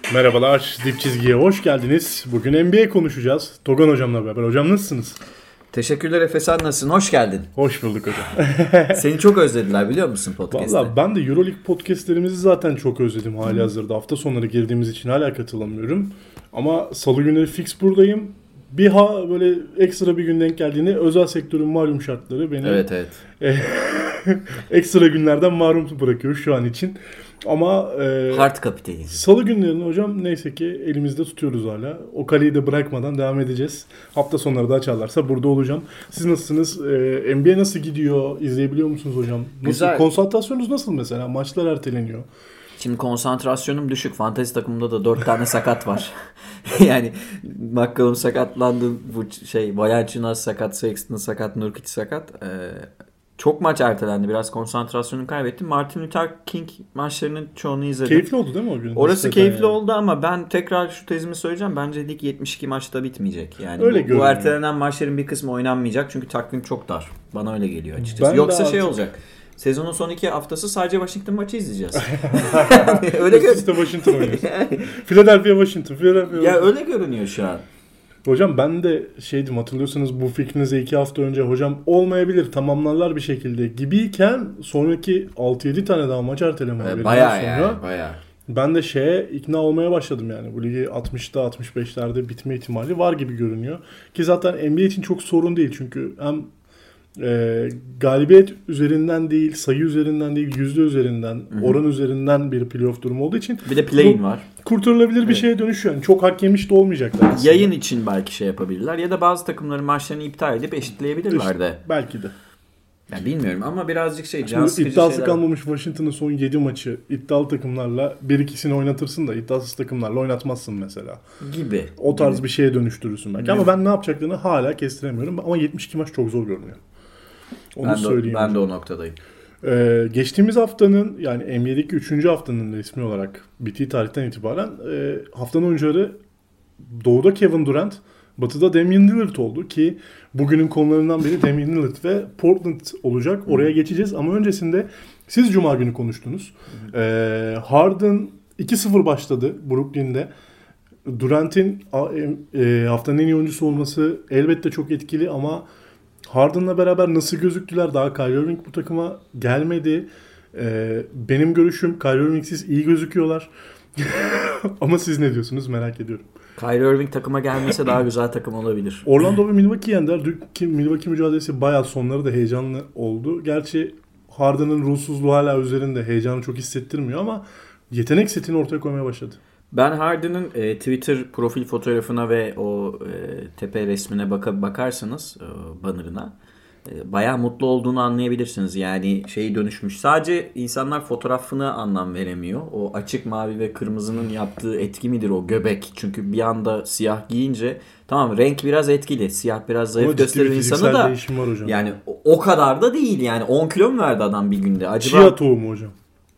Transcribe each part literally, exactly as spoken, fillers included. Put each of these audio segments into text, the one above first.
Merhabalar, Dip Çizgi'ye hoş geldiniz. Bugün N B A konuşacağız. Togan hocamla beraber. Hocam nasılsınız? Teşekkürler Efe, sen nasılsın? Hoş geldin. Hoş bulduk hocam. Seni çok özlediler biliyor musun podcast'te? Valla ben de Euroleague podcastlerimizi zaten çok özledim hali hazırda. Hafta sonları girdiğimiz için hala katılamıyorum. Ama salı günleri fix buradayım. Bir ha böyle ekstra bir gün denk geldiğinde özel sektörün malum şartları beni evet, evet. ekstra günlerden mahrum bırakıyor şu an için. Ama e, hard kapitalizm. Salı günlerini hocam neyse ki elimizde tutuyoruz hala. O kaleyi de bırakmadan devam edeceğiz. Hafta sonları da açarlarsa burada olacağım. Siz nasılsınız? E, N B A nasıl gidiyor? İzleyebiliyor musunuz hocam? Nasıl? Güzel. Konsantrasyonunuz nasıl mesela? Maçlar erteleniyor. Şimdi konsantrasyonum düşük. Fantezi takımımda da dört tane sakat var. Yani Bakalım sakatlandı. Bu şey Valanciunas sakat, Sexton sakat, Nurkic sakat. Ee, Çok maç ertelendi. Biraz konsantrasyonumu kaybettim. Martin Luther King maçlarının çoğunu izledim. Keyifli oldu değil mi o gün? Orası Nispeten keyifli yani. oldu ama ben tekrar şu tezimi söyleyeceğim. Bence lig yetmiş iki maçta bitmeyecek. Yani Öyle bu, bu ertelenen maçların bir kısmı oynanmayacak. Çünkü takvim çok dar. Bana öyle geliyor açıkçası. Ben Yoksa şey artık... olacak. Sezonun son iki haftası sadece Washington maçı izleyeceğiz. öyle görünüyor. Siz de Washington oynuyorsunuz. Philadelphia Washington. Philadelphia ya öyle görünüyor şu an. Hocam ben de şeydim, hatırlıyorsanız bu fikrinize iki hafta önce hocam olmayabilir, tamamlarlar bir şekilde gibiyken sonraki altı yedi tane daha maç erteleme Ee, haberinden bayağı sonra yani bayağı. ben de şeye ikna olmaya başladım yani. Bu ligi altmışta altmış beşlerde bitme ihtimali var gibi görünüyor. Ki zaten N B A için çok sorun değil çünkü hem e, galibiyet üzerinden değil, sayı üzerinden değil, yüzde üzerinden, Hı-hı. oran üzerinden bir playoff durumu olduğu için bir de play-in var. Kurtarılabilir evet. bir şeye dönüşüyor. Yani çok hak yemiş de olmayacaklar aslında. Yayın için belki şey yapabilirler ya da bazı takımların maçlarını iptal edip eşitleyebilirler de. Belki de. Ya bilmiyorum ama birazcık şey can sıkıcı şeyler. İddiası kalmamış Washington'ın son yedi maçı iddialı takımlarla bir ikisini oynatırsın da iddiasız takımlarla oynatmazsın mesela. Gibi. O tarz gibi. bir şeye dönüştürürsün belki. Gibi. Ama ben ne yapacaklarını hala kestiremiyorum. Ama yetmiş iki maç çok zor görünüyor. Onu ben söyleyeyim. De, ben de o noktadayım. Ee, geçtiğimiz haftanın yani N B A'deki üçüncü haftanın resmi olarak bittiği tarihten itibaren e, haftanın oyuncuları Doğu'da Kevin Durant, Batı'da Damian Lillard oldu ki bugünün konularından biri Damian Lillard ve Portland olacak. Oraya geçeceğiz ama öncesinde siz Cuma günü konuştunuz. Ee, Harden iki sıfır başladı Brooklyn'de. Durant'in e, haftanın en iyi oyuncusu olması elbette çok etkili ama Harden'la beraber nasıl gözüktüler? Daha Kyrie Irving bu takıma gelmedi. Ee, benim görüşüm Kyrie Irving'siz iyi gözüküyorlar. Ama siz ne diyorsunuz merak ediyorum. Kyrie Irving takıma gelmese daha güzel takım olabilir. Orlando ve Milwaukee yendiler. Milwaukee mücadelesi bayağı sonları da heyecanlı oldu. Gerçi Harden'ın ruhsuzluğu hala üzerinde. Heyecanı çok hissettirmiyor ama yetenek setini ortaya koymaya başladı. Ben Harden'ın e, Twitter profil fotoğrafına ve o e, tepe resmine baka, bakarsanız e, bannerına e, bayağı mutlu olduğunu anlayabilirsiniz. Yani şeyi dönüşmüş. Sadece insanlar fotoğrafına anlam veremiyor. O açık mavi ve kırmızının yaptığı etki midir o göbek? Çünkü bir anda siyah giyince tamam renk biraz etkili. Siyah biraz zayıf gösterir insanı da. Yani o, o kadar da değil yani. on kilo mu verdi adam bir günde? Acaba Chia tohumu hocam.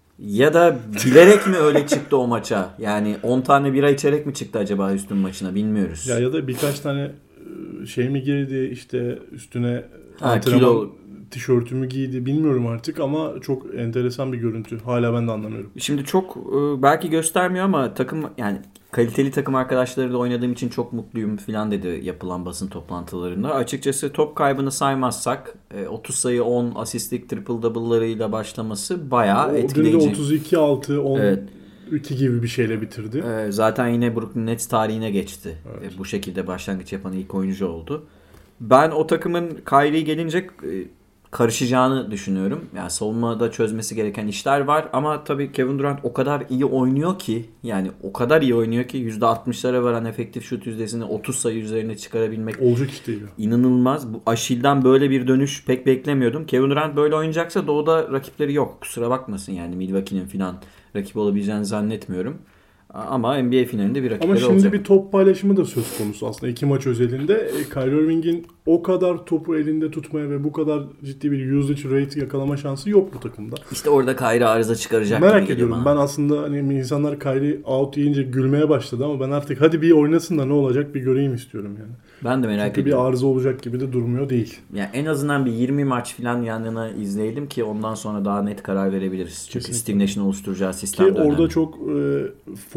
Ya da bilerek mi öyle çıktı o maça? Yani on tane bira içerek mi çıktı acaba Houston maçına bilmiyoruz. Ya ya da birkaç tane şey mi girdi işte üstüne ha, antrenman kilo tişörtümü giydi bilmiyorum artık ama çok enteresan bir görüntü. Hala ben de anlamıyorum. Şimdi çok belki göstermiyor ama takım yani kaliteli takım arkadaşlarıyla oynadığım için çok mutluyum falan dedi yapılan basın toplantılarında. Açıkçası top kaybını saymazsak otuz sayı on asistlik triple double'larıyla başlaması bayağı o, etkileyici. Dün de otuz iki altı on evet. iki gibi bir şeyle bitirdi. Zaten yine Brooklyn Nets tarihine geçti. Evet. Bu şekilde başlangıç yapan ilk oyuncu oldu. Ben o takımın Kyrie gelince karışacağını düşünüyorum. Yani savunmada çözmesi gereken işler var ama tabii Kevin Durant o kadar iyi oynuyor ki yani o kadar iyi oynuyor ki yüzde altmışlara varan efektif şut yüzdesini otuz sayı üzerine çıkarabilmek olacak iş değil. İnanılmaz. Bu Aşil'den böyle bir dönüş pek beklemiyordum. Kevin Durant böyle oynayacaksa Doğu'da rakipleri yok. Kusura bakmasın yani Milwaukee'nin falan rakip olabileceğini zannetmiyorum. Ama N B A finalinde bir rakipleri olacak. Ama şimdi olacak. Bir top paylaşımı da söz konusu aslında iki maç özelinde. E, Kyrie Irving'in o kadar topu elinde tutmaya ve bu kadar ciddi bir usage rate yakalama şansı yok bu takımda. İşte orada Kyrie arıza çıkaracak. Merak ediyorum. Ben aslında hani insanlar Kyrie out yiyince gülmeye başladı ama ben artık hadi bir oynasın da ne olacak bir göreyim istiyorum yani. Ben de merak Çünkü ediyorum. bir arıza olacak gibi de durmuyor değil. Yani en azından bir yirmi maç falan yan yana izleyelim ki ondan sonra daha net karar verebiliriz. Çünkü Steve Nash'in oluşturacağı sistem ki orada önemli. Çok e,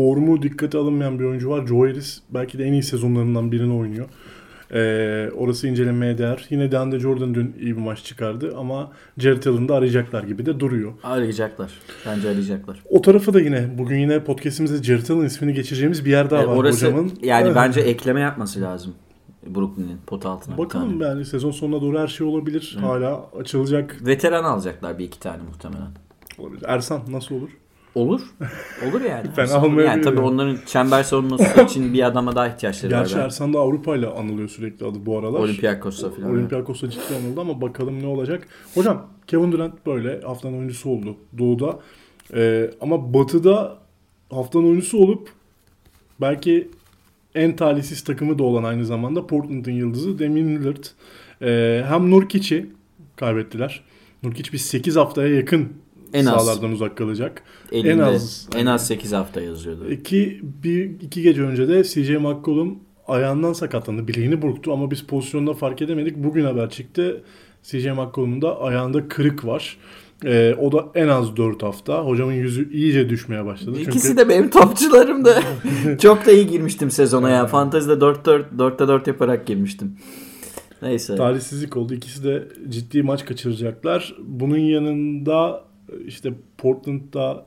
formu dikkate alınmayan bir oyuncu var. Joe Harris belki de en iyi sezonlarından birini oynuyor. Ee, orası incelenmeye değer. Yine DeAndre Jordan dün iyi bir maç çıkardı ama Jarrett Allen'ı da arayacaklar gibi de duruyor. Arayacaklar. Bence arayacaklar. O tarafı da yine bugün yine podcast'imizde Jarrett Allen ismini geçireceğimiz bir yer daha e, var orası, hocamın. Yani evet. Bence ekleme yapması lazım. Brooklyn'in pot altına. Bakalım yani sezon sonuna doğru her şey olabilir. Hı. Hala açılacak. Veteran alacaklar bir iki tane muhtemelen. Olabilir. Ersan nasıl olur? Olur. Olur yani. Fena olmayabilir. Yani tabii onların çember savunması için bir adama daha ihtiyaçları Gerçi var. Gerçi Ersan da Avrupa ile anılıyor sürekli adı bu aralar. Olympiakos'ta falan. Olympiakos'ta ciddi anıldı ama bakalım ne olacak. Hocam Kevin Durant böyle haftanın oyuncusu oldu Doğu'da. Ee, ama Batı'da haftanın oyuncusu olup belki en talihsiz takımı da olan aynı zamanda Portland'ın yıldızı Damian Lillard. Ee, hem Nurkic'i kaybettiler. Nurkic bir sekiz haftaya yakın en sahalardan az. uzak kalacak. Elinde, en az en az sekiz hafta yazıyordu. İki, bir, iki gece önce de C J McCollum ayağından sakatlandı. Bileğini burktu ama biz pozisyonda fark edemedik. Bugün haber çıktı. C J McCollum'un da ayağında kırık var. Ee, o da en az dört hafta. Hocamın yüzü iyice düşmeye başladı. İkisi Çünkü... de benim topçularımdı. Çok da iyi girmiştim sezona ya. Fantezide dörtte dört yaparak girmiştim. Neyse. Talihsizlik oldu. İkisi de ciddi maç kaçıracaklar. Bunun yanında işte Portland'da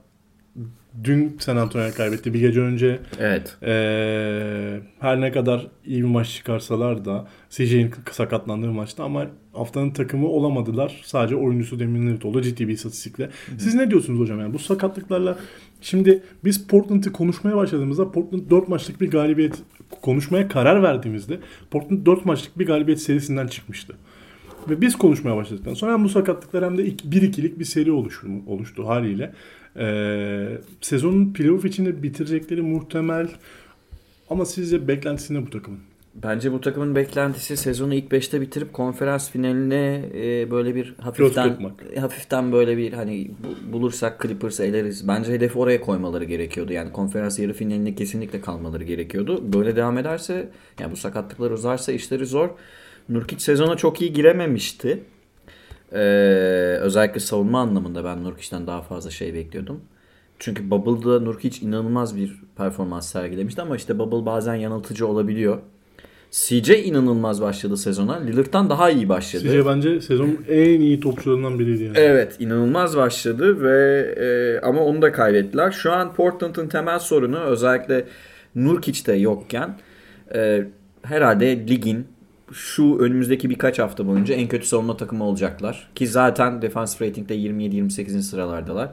dün San Antonio'ya kaybetti. Bir gece önce evet. Ee, her ne kadar iyi bir maç çıkarsalar da C J'nin sakatlandığı maçta ama haftanın takımı olamadılar. Sadece oyuncusu Damian Lillard oldu ciddi bir istatistikle. Hı-hı. Siz ne diyorsunuz hocam yani bu sakatlıklarla? Şimdi biz Portland'ı konuşmaya başladığımızda Portland dört maçlık bir galibiyet konuşmaya karar verdiğimizde Portland dört maçlık bir galibiyet serisinden çıkmıştı. Ve biz konuşmaya başladıktan sonra hem bu sakatlıklar hem de bir ikilik bir seri oluştu, oluştu haliyle. Ee, sezonun playoff içinde bitirecekleri muhtemel ama sizce beklentisi ne bu takımın? Bence bu takımın beklentisi sezonu ilk beşte bitirip konferans finaline e, böyle bir hafiften hafiften böyle bir hani bulursak Clippers'ı eleriz. Bence hedefi oraya koymaları gerekiyordu. Yani konferans yarı finaline kesinlikle kalmaları gerekiyordu. Böyle devam ederse yani bu sakatlıklar uzarsa işleri zor. Nurkic sezona çok iyi girememişti. Ee, özellikle savunma anlamında ben Nurkic'ten daha fazla şey bekliyordum. Çünkü Bubble'da Nurkic inanılmaz bir performans sergilemişti ama işte Bubble bazen yanıltıcı olabiliyor. C J inanılmaz başladı sezona. Lillard'dan daha iyi başladı. C J bence sezonun en iyi topçularından biriydi yani. Evet, inanılmaz başladı ve e, ama onu da kaybettiler. Şu an Portland'ın temel sorunu özellikle Nurkic'te yokken e, herhalde ligin şu önümüzdeki birkaç hafta boyunca en kötü savunma takımı olacaklar. Ki zaten defensive rating'de yirmi yedi yirmi sekizinci sıralardalar.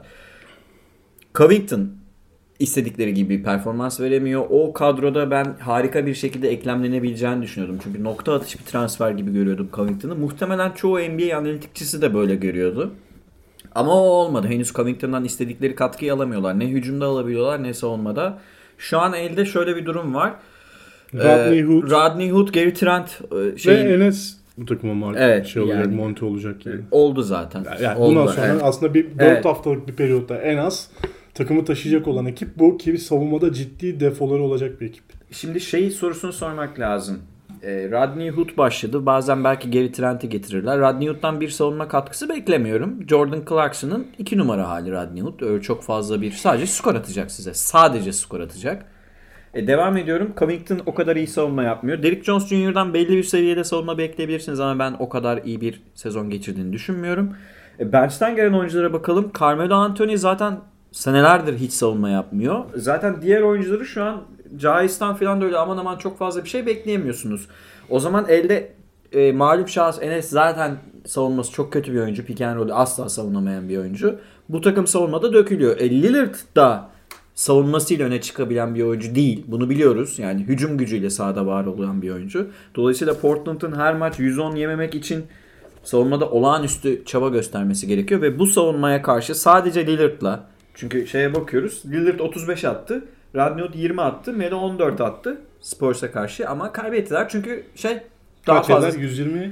Covington istedikleri gibi performans veremiyor. O kadroda ben harika bir şekilde eklemlenebileceğini düşünüyordum. Çünkü nokta atış bir transfer gibi görüyordum Covington'ı. Muhtemelen çoğu N B A analitikçisi de böyle görüyordu. Ama o olmadı. Henüz Covington'dan istedikleri katkıyı alamıyorlar. Ne hücumda alabiliyorlar ne savunmada. Şu an elde şöyle bir durum var. Rodney Hood. Rodney Hood, Gary Trent şeyin... ve Enes bu takıma mal evet, şey olacak, yani, monte olacak yani. Oldu zaten. Yani oldu, bundan sonra evet. aslında bir dört evet. haftalık bir periyotta en az takımı taşıyacak olan ekip bu ki savunmada ciddi defoları olacak bir ekip. Şimdi şey sorusunu sormak lazım. E, Rodney Hood başladı. Bazen belki Gary Trent'i getirirler. Rodney Hood'dan bir savunma katkısı beklemiyorum. Jordan Clarkson'ın iki numara hali Rodney Hood. Öyle çok fazla bir sadece skor atacak size. Sadece skor atacak. E, devam ediyorum. Covington o kadar iyi savunma yapmıyor. Derrick Jones Junior'dan belli bir seviyede savunma bekleyebilirsiniz ama ben o kadar iyi bir sezon geçirdiğini düşünmüyorum. E, bench'ten gelen oyunculara bakalım. Carmelo Anthony zaten senelerdir hiç savunma yapmıyor. Zaten diğer oyuncuları şu an Cahis'tan falan da öyle aman aman çok fazla bir şey bekleyemiyorsunuz. O zaman elde e, mağlup şahıs Enes zaten savunması çok kötü bir oyuncu. Pick and roll'ü asla savunamayan bir oyuncu. Bu takım savunmada dökülüyor. E, Lillard da savunmasıyla öne çıkabilen bir oyuncu değil. Bunu biliyoruz. Yani hücum gücüyle sahada var olan bir oyuncu. Dolayısıyla Portland'ın her maç yüz on yememek için savunmada olağanüstü çaba göstermesi gerekiyor. Ve bu savunmaya karşı sadece Lillard'la, çünkü şeye bakıyoruz. Lillard otuz beş attı. Rodney Hood yirmi attı. Melo on dört attı Spurs'a karşı ama kaybettiler. Çünkü şey daha kaç fazla. Eder? yüz yirmi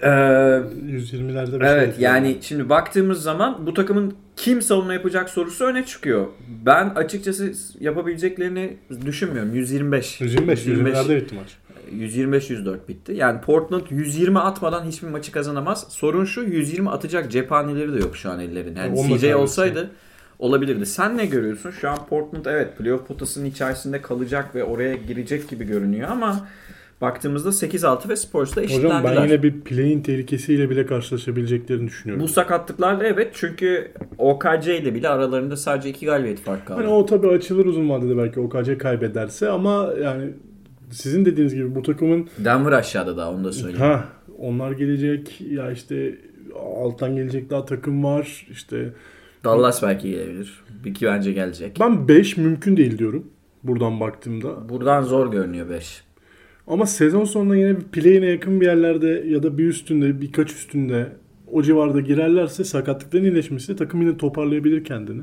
Ee, yüz yirmilerde evet şey yani yani şimdi baktığımız zaman bu takımın kim savunma yapacak sorusu öne çıkıyor. Ben açıkçası yapabileceklerini düşünmüyorum. yüz yirmi beş yüz yirmi beş yüz yirmilerde bitti maç. yüz yirmi beş yüz dört bitti. Yani Portland yüz yirmi atmadan hiçbir maçı kazanamaz. Sorun şu, yüz yirmi atacak cephaneleri de yok şu an ellerinde. Yani C J olsaydı olabilirdi. Sen ne görüyorsun? Şu an Portland evet playoff potasının içerisinde kalacak ve oraya girecek gibi görünüyor ama baktığımızda sekiz altı ve Spurs'la eşitlendiler. Hocam ben yine bir play-in tehlikesiyle bile karşılaşabileceklerini düşünüyorum. Bu sakatlıklarla evet, çünkü O K C ile bile aralarında sadece iki galibiyet fark kaldı. Hani o tabii açılır uzun vadede belki O K C kaybederse ama yani sizin dediğiniz gibi bu takımın Denver aşağıda daha, onu da söyleyeyim. Ha, onlar gelecek ya, işte alttan gelecek daha takım var. İşte Dallas belki gelebilir. Bir bence gelecek. Ben beş mümkün değil diyorum buradan baktığımda. Buradan zor görünüyor beş. Ama sezon sonunda yine bir play-in'e yakın bir yerlerde ya da bir üstünde, birkaç üstünde o civarda girerlerse sakatlıkların iyileşmesi takım yine toparlayabilir kendini.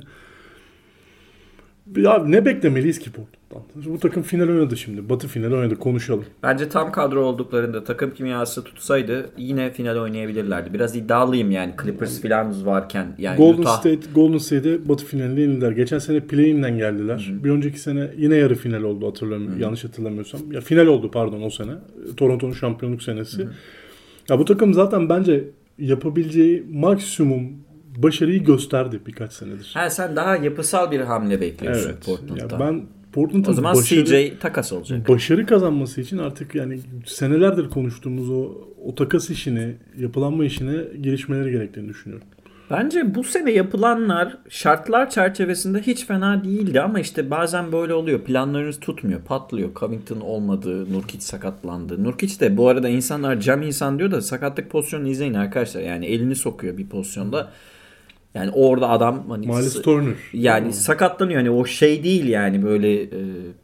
Ya ne beklemeliyiz ki Portland'dan? Bu takım final oynadı şimdi. Batı finali oynadı. Konuşalım. Bence tam kadro olduklarında takım kimyası tutsaydı yine final oynayabilirlerdi. Biraz iddialıyım yani Clippers falan varken. Yani Golden Utah... State Golden State'e Batı finaline yenildiler. Geçen sene play-in'den geldiler. Hı-hı. Bir önceki sene yine yarı final oldu hatırlamıyorum. Yanlış hatırlamıyorsam. Ya final oldu pardon o sene. Toronto'nun şampiyonluk senesi. Hı-hı. Ya bu takım zaten bence yapabileceği maksimum başarıyı gösterdi birkaç senedir. Ha, sen daha yapısal bir hamle bekliyorsun evet. Portland'da. Ya ben Portland'ın o zaman başarı, C J takas olacak. Başarı kazanması için artık yani senelerdir konuştuğumuz o, o takas işini, yapılanma işine girişmeleri gerektiğini düşünüyorum. Bence bu sene yapılanlar şartlar çerçevesinde hiç fena değildi ama işte bazen böyle oluyor. Planlarınız tutmuyor, patlıyor. Covington olmadı, Nurkic sakatlandı. Nurkic de bu arada insanlar cam insan diyor da sakatlık pozisyonunu izleyin arkadaşlar. Yani elini sokuyor bir pozisyonda. Yani orada adam hani Miles Turner. Yani sakatlanıyor. Hani o şey değil yani böyle e,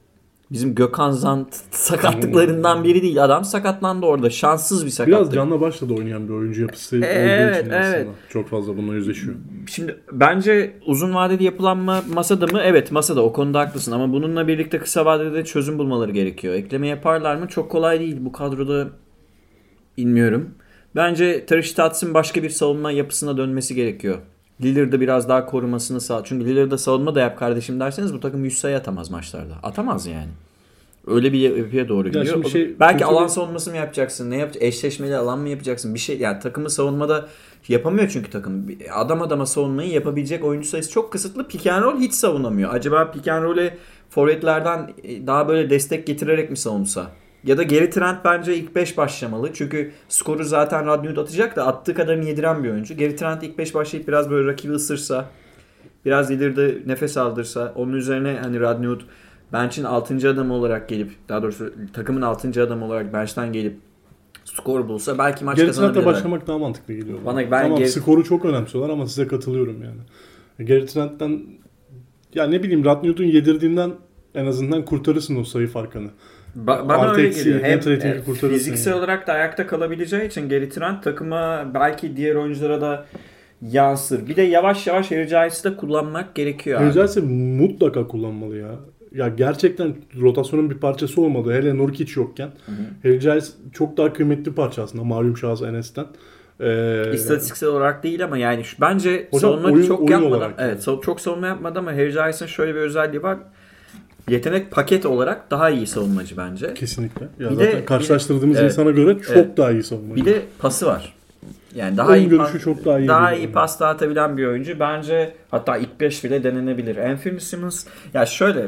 bizim Gökhan Zant sakatlıklarından biri değil. Adam sakatlandı orada. Şanssız bir sakatlık. Biraz canla başla da oynayan bir oyuncu yapısı olduğu evet, için aslında evet. çok fazla bununla yüzleşiyor. Şimdi bence uzun vadeli yapılanma masada mı? Evet, masada, o konuda haklısın ama bununla birlikte kısa vadede de çözüm bulmaları gerekiyor. Ekleme yaparlar mı? Çok kolay değil. Bu kadroda bilmiyorum. Bence Terry Stotts'ın başka bir savunma yapısına dönmesi gerekiyor. Lillard'ı biraz daha korumasını sağ. Çünkü Lillard'a savunma da yap kardeşim derseniz bu takım yüz sayı atamaz maçlarda. Atamaz yani. Öyle bir yapıya doğru gidiyor. Şey, belki alan bir... savunması mı yapacaksın? Ne yapacaksın? Eşleşmeli alan mı yapacaksın? Bir şey yani takımı savunmada yapamıyor çünkü takım. Adam adama savunmayı yapabilecek oyuncu sayısı çok kısıtlı. Pick and roll hiç savunamıyor. Acaba pick and roll'e forvetlerden daha böyle destek getirerek mi savunsa? Ya da Gary Trent bence ilk beş başlamalı. Çünkü skoru zaten Radnut atacak da attığı kadarını yediren bir oyuncu. Gary Trent ilk beş başlayıp biraz böyle rakibi ısırsa, biraz ileride nefes aldırsa, onun üzerine hani Radnut bench'in altıncı adamı olarak gelip, daha doğrusu takımın altıncı adamı olarak bench'ten gelip skor bulsa belki maç kazanabilirler. Gary Trent'le başlamak daha mantıklı geliyor. Bana, ben tamam Gary... skoru çok önemsiyorlar ama size katılıyorum yani. Gary Trent'ten ya ne bileyim Radnut'un yedirdiğinden en azından kurtarırsın o sayı farkını. Ba- bana Artı öyle eksi, geliyor. Hem e, fiziksel yani. olarak da ayakta kalabileceği için Gary Trent takıma belki diğer oyunculara da yansır. Bir de yavaş yavaş Harry Giles'ı da kullanmak gerekiyor. Harry Giles'ı mutlaka kullanmalı ya. Ya gerçekten rotasyonun bir parçası olmadı. Hele Nurkic yokken. Harry Giles çok daha kıymetli parça aslında. Malum şahıs Enes'ten. Ee, İstatistiksel olarak değil ama yani şu, bence hocam, savunma oyun, çok oyun yapmadı. Evet, yani. Çok savunma yapmadı ama Harry Giles'ın şöyle bir özelliği var. Yetenek paket olarak daha iyi savunmacı bence. Kesinlikle. Ya bir zaten de, karşılaştırdığımız bir de, insana göre çok evet, daha iyi savunmacı. Bir de pası var. Yani daha oyun iyi görüşü pas, çok daha iyi. Daha iyi pas dağıtabilen bir oyuncu. Bence hatta ilk beş bile denenebilir. Anthony Simmons ya şöyle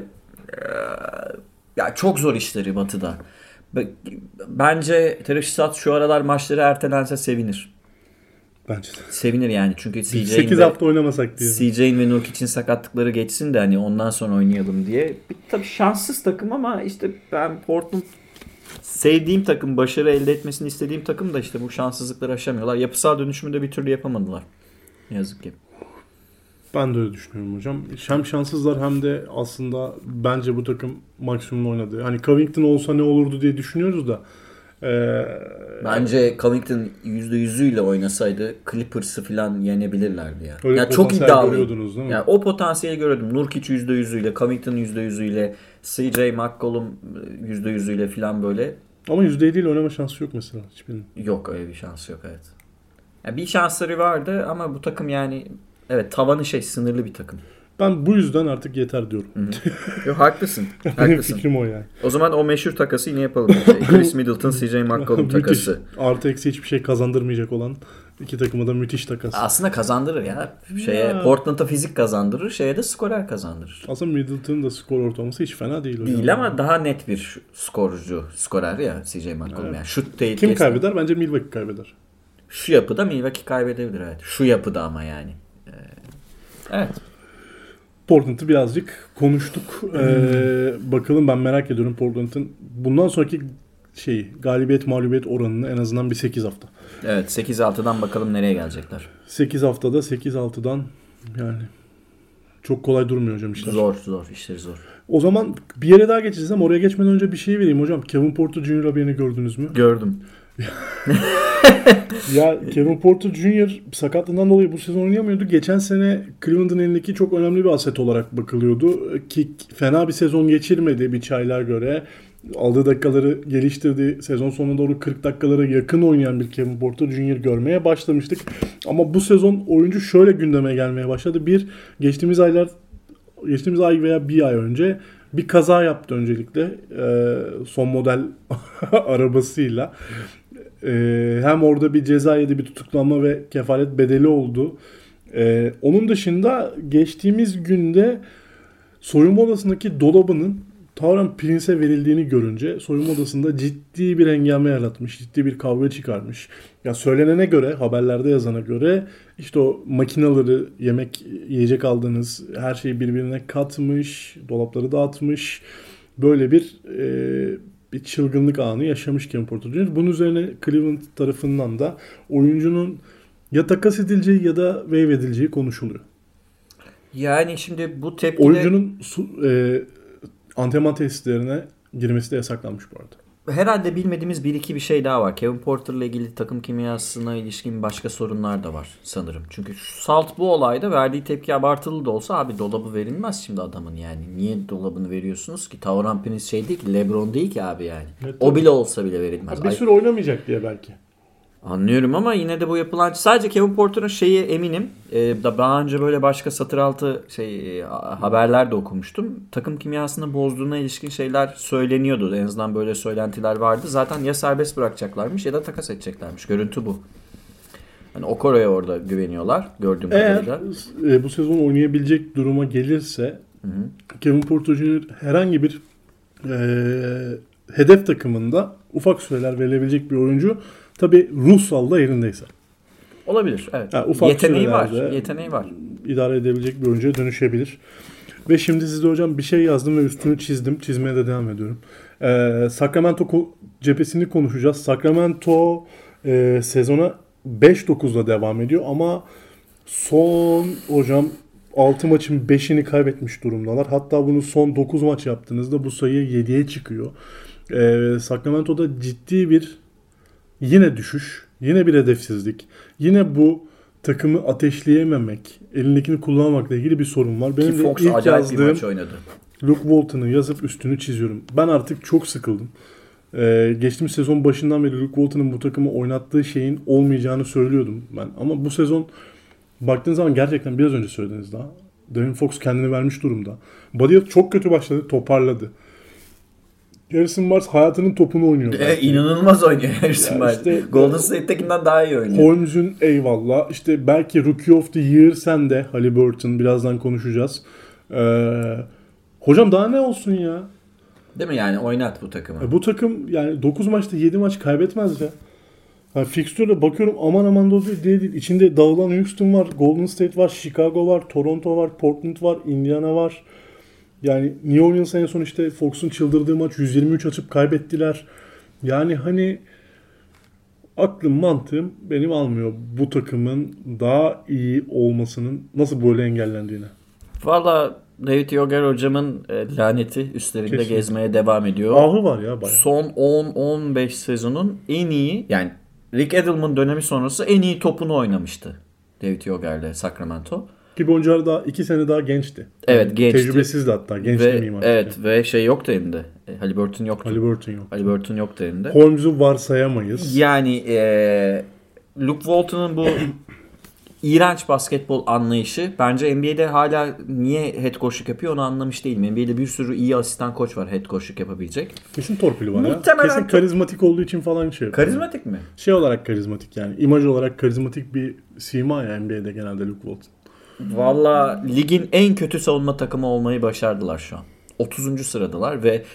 ya çok zor işleri Batı'da. Bence Terry Stotts şu aralar maçları ertelense sevinir. Bence de. Sevinir yani çünkü C J'in sekiz hafta oynamasak diye. C J'in ve Nurkic'in sakatlıkları geçsin de hani ondan sonra oynayalım diye. Tabii şanssız takım ama işte ben Portland sevdiğim takım, başarı elde etmesini istediğim takım da işte bu şanssızlıkları aşamıyorlar. Yapısal dönüşümü de bir türlü yapamadılar. Ne yazık ki. Ben de öyle düşünüyorum hocam. Hem şanssızlar hem de aslında bence bu takım maksimum oynadı. Hani Covington olsa ne olurdu diye düşünüyoruz da. Ee, Bence Covington yüzde yüzüyle oynasaydı Clippers'ı falan yenebilirlerdi ya. Öyle yani çok iddialıyım. Değil mi? Yani o potansiyeli görüyordum. Nurkic yüzde yüzüyle, Covington yüzde yüzüyle, C J McCollum yüzde yüzüyle falan böyle. Ama yüzde yedi ile oynama şansı yok mesela hiçbirinin. Yok, öyle bir şansı yok evet. Yani bir şansları vardı ama bu takım yani evet tavanı şey sınırlı bir takım. Ben bu yüzden artık yeter diyorum. Yok haklısın. Benim haklısın. fikrim o yani. O zaman o meşhur takası yine yapalım. Chris Middleton, C J McCollum takası. Artı eksi hiçbir şey kazandırmayacak olan İki takıma da müthiş takas. Aslında kazandırır ya. Şeye Ya. Portland'a fizik kazandırır, şeye de skorer kazandırır. Aslında Middleton'ın da skor ortalaması hiç fena değil. Değil hocam. ama daha net bir skorcu, skorer ya C J McCollum. Evet. Yani şut değil. Kim kesin. kaybeder? Bence Milwaukee kaybeder. Şu yapıda Milwaukee kaybedebilir evet. Şu yapıda ama yani. Ee, evet. Portland'ı birazcık konuştuk. Ee, bakalım, ben merak ediyorum Portland'ın bundan sonraki şey galibiyet mağlubiyet oranını en azından bir sekiz hafta. Evet, sekiz altıdan bakalım nereye gelecekler. sekiz haftada sekiz altıdan yani çok kolay durmuyor hocam işler. Zor zor işleri zor. O zaman bir yere daha geçeceğiz ama oraya geçmeden önce bir şey vereyim hocam. Kevin Porter Junior haberini gördünüz mü? Gördüm. Ya Kevin Porter Junior sakatlığından dolayı bu sezon oynayamıyordu. Geçen sene Cleveland'ın elindeki çok önemli bir aset olarak bakılıyordu. Ki fena bir sezon geçirmedi bir çaylar göre. Aldığı dakikaları geliştirdi. Sezon sonuna doğru kırk dakikalara yakın oynayan bir Kevin Porter Junior görmeye başlamıştık. Ama bu sezon oyuncu şöyle gündeme gelmeye başladı. Bir, geçtiğimiz aylar geçtiğimiz ay veya bir ay önce bir kaza yaptı öncelikle. Ee, son model arabasıyla. Ee, hem orada bir ceza yedi, bir tutuklanma ve kefalet bedeli oldu. Ee, onun dışında geçtiğimiz günde soyunma odasındaki dolabının Taurean Prince'e verildiğini görünce soyunma odasında ciddi bir hengame yaratmış, ciddi bir kavga çıkarmış. Ya söylenene göre, haberlerde yazana göre işte o makinaları, yemek, yiyecek aldığınız her şeyi birbirine katmış, dolapları dağıtmış. Böyle bir e, bir çılgınlık anı yaşamış Kevin Porter Junior Bunun üzerine Cleveland tarafından da oyuncunun ya takas edileceği ya da waive edileceği konuşuluyor. Yani şimdi bu tepkide... Oyuncunun su, e, antrenman tesislerine girmesi de yasaklanmış bu arada. Herhalde bilmediğimiz bir iki bir şey daha var. Kevin Porter'la ilgili takım kimyasına ilişkin başka sorunlar da var sanırım. Çünkü Salt bu olayda verdiği tepki abartılı da olsa abi dolabı verilmez şimdi adamın yani. Niye dolabını veriyorsunuz ki? Taurean Prince şey değil ki, LeBron değil ki abi yani. Evet, o bile olsa bile verilmez. Abi bir süre oynamayacak diye belki. Anlıyorum ama yine de bu yapılan sadece Kevin Porter'ın şeyi eminim. Ee, daha önce böyle başka satır altı şey haberler de okumuştum. Takım kimyasını bozduğuna ilişkin şeyler söyleniyordu. En azından böyle söylentiler vardı. Zaten ya serbest bırakacaklarmış ya da takas edeceklermiş. Görüntü bu. Hani Okoro'ya orada güveniyorlar gördüğüm kadarıyla. Eğer e, bu sezon oynayabilecek duruma gelirse hı hı. Kevin Porter Junior herhangi bir e, hedef takımında ufak süreler verilebilecek bir oyuncu. Tabii ruhsal da yerindeyse. Olabilir. Evet. Yani ufak yeteneği var. Yeteneği var. İdare edebilecek bir oyuncuya dönüşebilir. Ve şimdi size hocam bir şey yazdım ve üstünü çizdim. Çizmeye de devam ediyorum. Ee, Sacramento ko- cephesini konuşacağız. Sacramento e, sezona beş dokuzla devam ediyor ama son hocam altı maçın beşini kaybetmiş durumdalar. Hatta bunu son dokuz maç yaptığınızda bu sayı yediye çıkıyor. Ee, Sacramento'da ciddi bir yine düşüş, yine bir hedefsizlik, yine bu takımı ateşleyememek, elindekini kullanmakla ilgili bir sorun var. Benim Ki de Fox ilk acayip yazdığım bir maç oynadı. Luke Walton'ı yazıp üstünü çiziyorum. Ben artık çok sıkıldım. Ee, geçtiğimiz sezon başından beri Luke Walton'ın bu takımı oynattığı şeyin olmayacağını söylüyordum ben. Ama bu sezon baktığınız zaman gerçekten biraz önce söylediniz daha. Devin Fox kendini vermiş durumda. Buddy Hield çok kötü başladı, toparladı. Harrison Barnes hayatının topunu oynuyor. E, inanılmaz oynuyor Harrison Barnes. Işte, Golden State'tekinden daha iyi oynuyor. Holmes'un eyvallah. İşte belki Rookie of the Year sen de Haliburton. Birazdan konuşacağız. Ee, hocam daha ne olsun ya? Değil mi yani oynat bu takımı. E, bu takım yani dokuz maçta yedi maç kaybetmez ya. Yani fixture'le bakıyorum aman aman da değil, değil. İçinde dağılan Houston var, Golden State var, Chicago var, Toronto var, Portland var, Indiana var. Yani New Orleans en son işte Fox'un çıldırdığı maç yüz yirmi üç açıp kaybettiler. Yani hani aklım mantığım benim almıyor bu takımın daha iyi olmasının nasıl böyle engellendiğine. Valla David Yoger hocamın e, laneti üstlerinde Kesinlikle. gezmeye devam ediyor. Ahı var ya bayağı. Son on on beş sezonun en iyi yani Rick Edelman dönemi sonrası en iyi topunu oynamıştı David Yoger'le Sacramento. Ki bu oyuncular daha iki sene daha gençti. Evet yani gençti. Tecrübesizdi hatta. Genç ve, demeyeyim artık. Evet yani. ve şey yoktu elinde. Haliburton yoktu. Haliburton yoktu. Haliburton yoktu elinde. Holmes'u varsayamayız. Yani e, Luke Walton'un bu iğrenç basketbol anlayışı. Bence N B A'de hala niye head coachluk yapıyor onu anlamış değilim. N B A'de bir sürü iyi asistan koç var head coachluk yapabilecek. Kesin torpili var Muhtemelen ya. Kesin karizmatik olduğu için falan şey yapıyor. Karizmatik mi? Şey olarak karizmatik yani. İmaj olarak karizmatik bir sima ya N B A'de genelde Luke Walton. Valla ligin en kötü savunma takımı olmayı başardılar şu an. otuzuncu sıradalar ve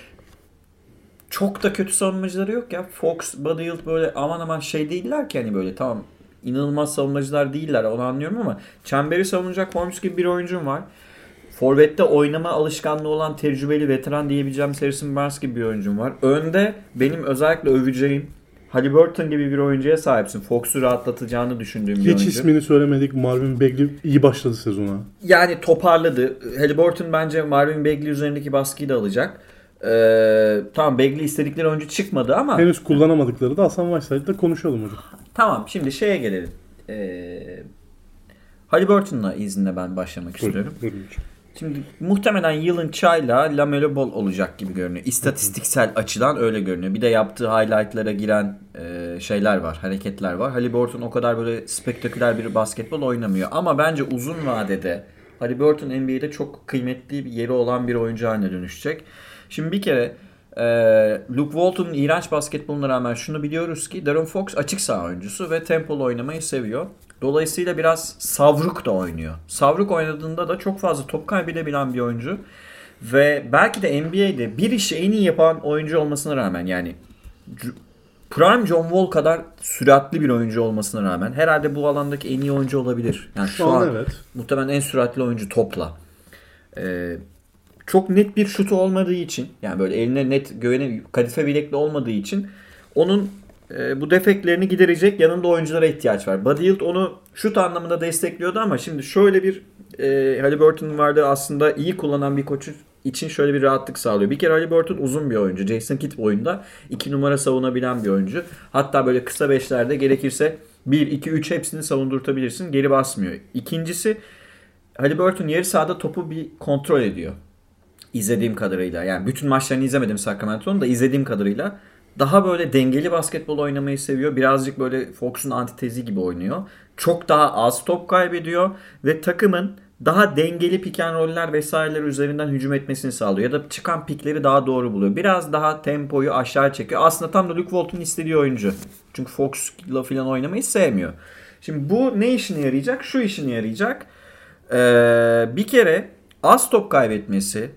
çok da kötü savunmacıları yok ya. Fox, Buddy Hield böyle aman aman şey değiller ki hani böyle tamam inanılmaz savunmacılar değiller onu anlıyorum ama çemberi savunacak Holmes gibi bir oyuncum var. Forvet'te oynama alışkanlığı olan tecrübeli veteran diyebileceğim Harrison Barnes gibi bir oyuncum var. Önde benim özellikle öveceğim Haliburton gibi bir oyuncuya sahipsin. Fox'u rahatlatacağını düşündüğüm bir Hiç oyuncu. Hiç ismini söylemedik. Marvin Bagley iyi başladı sezona. Yani toparladı. Haliburton bence Marvin Bagley üzerindeki baskıyı da alacak. Ee, tamam Bagley istedikleri oyuncu çıkmadı ama. Henüz kullanamadıkları da Hasan Whiteside'da konuşalım hocam. Tamam şimdi şeye gelelim. Ee, Haliburton'la izinle ben başlamak buyurun, istiyorum. Buyurun. Şimdi muhtemelen yılın çayla LaMelo Ball olacak gibi görünüyor. İstatistiksel açıdan öyle görünüyor. Bir de yaptığı highlightlara giren e, şeyler var, hareketler var. Haliburton o kadar böyle spektaküler bir basketbol oynamıyor. Ama bence uzun vadede Haliburton N B A'de çok kıymetli bir yeri olan bir oyuncu haline dönüşecek. Şimdi bir kere e, Luke Walton'un iğrenç basketboluna rağmen şunu biliyoruz ki De'Aaron Fox açık saha oyuncusu ve tempolu oynamayı seviyor. Dolayısıyla biraz savruk da oynuyor. Savruk oynadığında da çok fazla top kaybedebilen bir oyuncu. Ve belki de N B A'de bir işi en iyi yapan oyuncu olmasına rağmen yani Prime John Wall kadar süratli bir oyuncu olmasına rağmen herhalde bu alandaki en iyi oyuncu olabilir. Yani şu, şu an, an evet. Muhtemelen en süratli oyuncu topla. Ee, çok net bir şutu olmadığı için yani böyle eline net göğene kadife bilekli olmadığı için onun e, bu defeklerini giderecek yanında oyunculara ihtiyaç var. Buddy Hield onu şut anlamında destekliyordu ama şimdi şöyle bir e, Haliburton vardı aslında iyi kullanan bir koçu için şöyle bir rahatlık sağlıyor. Bir kere Haliburton uzun bir oyuncu. Jason Kidd oyunda iki numara savunabilen bir oyuncu. Hatta böyle kısa beşlerde gerekirse bir, iki, üç hepsini savundurtabilirsin. Geri basmıyor. İkincisi Haliburton yarı sahada topu bir kontrol ediyor. İzlediğim kadarıyla. Yani bütün maçlarını izlemedim Sacramento'nun da izlediğim kadarıyla. Daha böyle dengeli basketbol oynamayı seviyor. Birazcık böyle Fox'un antitezi gibi oynuyor. Çok daha az top kaybediyor ve takımın daha dengeli pick and roll'ler vesaireler üzerinden hücum etmesini sağlıyor. Ya da çıkan pikleri daha doğru buluyor. Biraz daha tempoyu aşağı çekiyor. Aslında tam da Luke Walton'un istediği oyuncu. Çünkü Fox'la falan oynamayı sevmiyor. Şimdi bu ne işine yarayacak? Şu işine yarayacak. Ee, bir kere az top kaybetmesi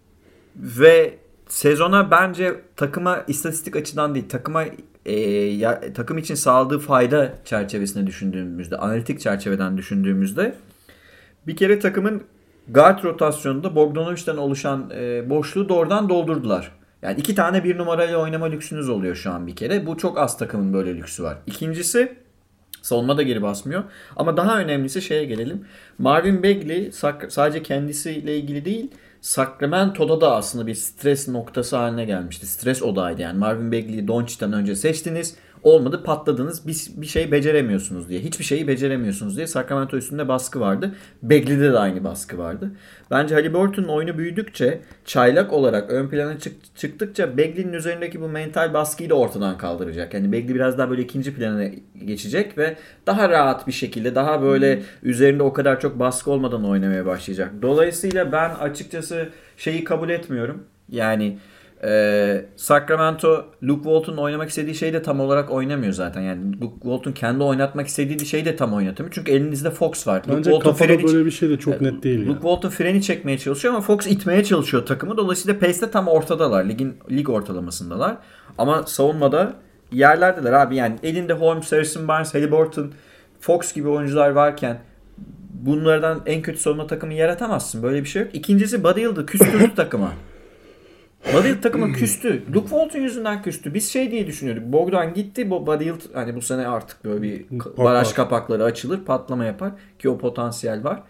ve sezona bence takıma istatistik açıdan değil, takıma e, ya, takım için sağladığı fayda çerçevesinde düşündüğümüzde, analitik çerçeveden düşündüğümüzde bir kere takımın guard rotasyonunda Bogdanovic'den oluşan e, boşluğu doğrudan doldurdular. Yani iki tane bir numarayla oynama lüksünüz oluyor şu an bir kere. Bu çok az takımın böyle lüksü var. İkincisi savunma da geri basmıyor. Ama daha önemlisi şeye gelelim. Marvin Bagley sadece kendisiyle ilgili değil, Sacramento'da da aslında bir stres noktası haline gelmişti. Stres odağıydı yani. Marvin Bagley'i Doncic'ten önce seçtiniz. Olmadı patladınız. Bir, bir şey beceremiyorsunuz diye. Hiçbir şeyi beceremiyorsunuz diye Sacramento üstünde baskı vardı. Bagley'de de aynı baskı vardı. Bence Haliburton'un oyunu büyüdükçe, çaylak olarak ön plana çık, çıktıkça Bagley'nin üzerindeki bu mental baskıyı da ortadan kaldıracak. Yani Bagley biraz daha böyle ikinci plana geçecek ve daha rahat bir şekilde, daha böyle hmm. üzerinde o kadar çok baskı olmadan oynamaya başlayacak. Dolayısıyla ben açıkçası şeyi kabul etmiyorum. Yani Ee, Sacramento Luke Walton'un oynamak istediği şeyi de tam olarak oynamıyor zaten. Yani Luke Walton kendi oynatmak istediği şeyi de tam oynatamıyor. Çünkü elinizde Fox var. Bence Luke Walton kafada böyle bir şey de çok net değil. Luke yani. Walton freni çekmeye çalışıyor ama Fox itmeye çalışıyor takımı. Dolayısıyla pace'te tam ortadalar. Ligin lig ortalamasındalar. Ama savunmada yerlerdeler abi. Yani elinde Holmes, Harrison Barnes, Haliburton, Fox gibi oyuncular varken bunlardan en kötü savunma takımı yaratamazsın. Böyle bir şey yok. İkincisi Buddy Hield'ı küstürdü takıma. Buddy Hield takıma küstü. Luke Walton yüzünden küstü. Biz şey diye düşünüyorduk. Bogdan gitti. Bu Buddy Hield hani bu sene artık böyle bir baraj kapakları açılır. Patlama yapar. Ki o potansiyel var.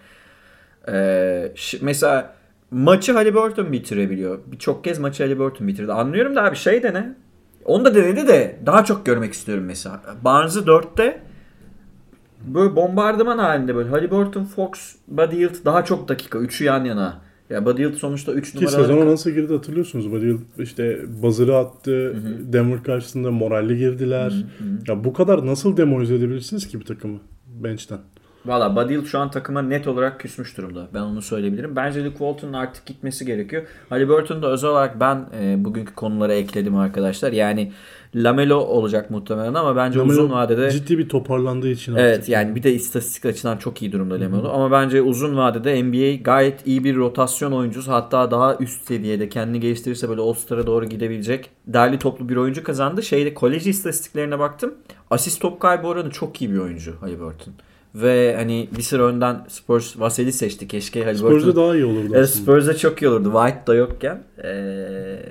Ee, mesela maçı Haliburton bitirebiliyor. Birçok kez maçı Haliburton bitirdi. Anlıyorum da abi şey de ne? Onu da denedi de daha çok görmek istiyorum mesela. Barnes'ı dörtte böyle bombardıman halinde böyle Haliburton, Fox, Buddy Hield daha çok dakika. Üçü yan yana. Ya Buddy Hield sonuçta üç numaralı. Ki sezona nasıl girdi hatırlıyorsunuz. Buddy Hield işte buzzer'ı attı. Hı-hı. Denver karşısında moralli girdiler. Hı-hı. Ya bu kadar nasıl demoralize edebilirsiniz ki bir takımı bench'ten? Valla Buddy Hield şu an takıma net olarak küsmüş durumda. Ben onu söyleyebilirim. Bence Luke Walton'un artık gitmesi gerekiyor. Haliburton'u da özel olarak ben e, bugünkü konulara ekledim arkadaşlar. Yani Lamelo olacak muhtemelen ama bence Lamelo uzun vadede ciddi bir toparlandığı için evet artık. Yani bir de istatistik açıdan çok iyi durumda Lamelo. Hı-hı. Ama bence uzun vadede N B A gayet iyi bir rotasyon oyuncusu. Hatta daha üst seviyede kendini geliştirirse böyle All-Star'a doğru gidebilecek derli toplu bir oyuncu kazandı. Şeyde kolej istatistiklerine baktım. Asist top kaybı oranı çok iyi bir oyuncu Haliburton. Ve hani bir sıra önden Spurs Vassell'i seçti. Keşke Haliburton. Spurs'da daha iyi olurdu aslında. Spurs'da çok iyi olurdu. White da yokken. Ee,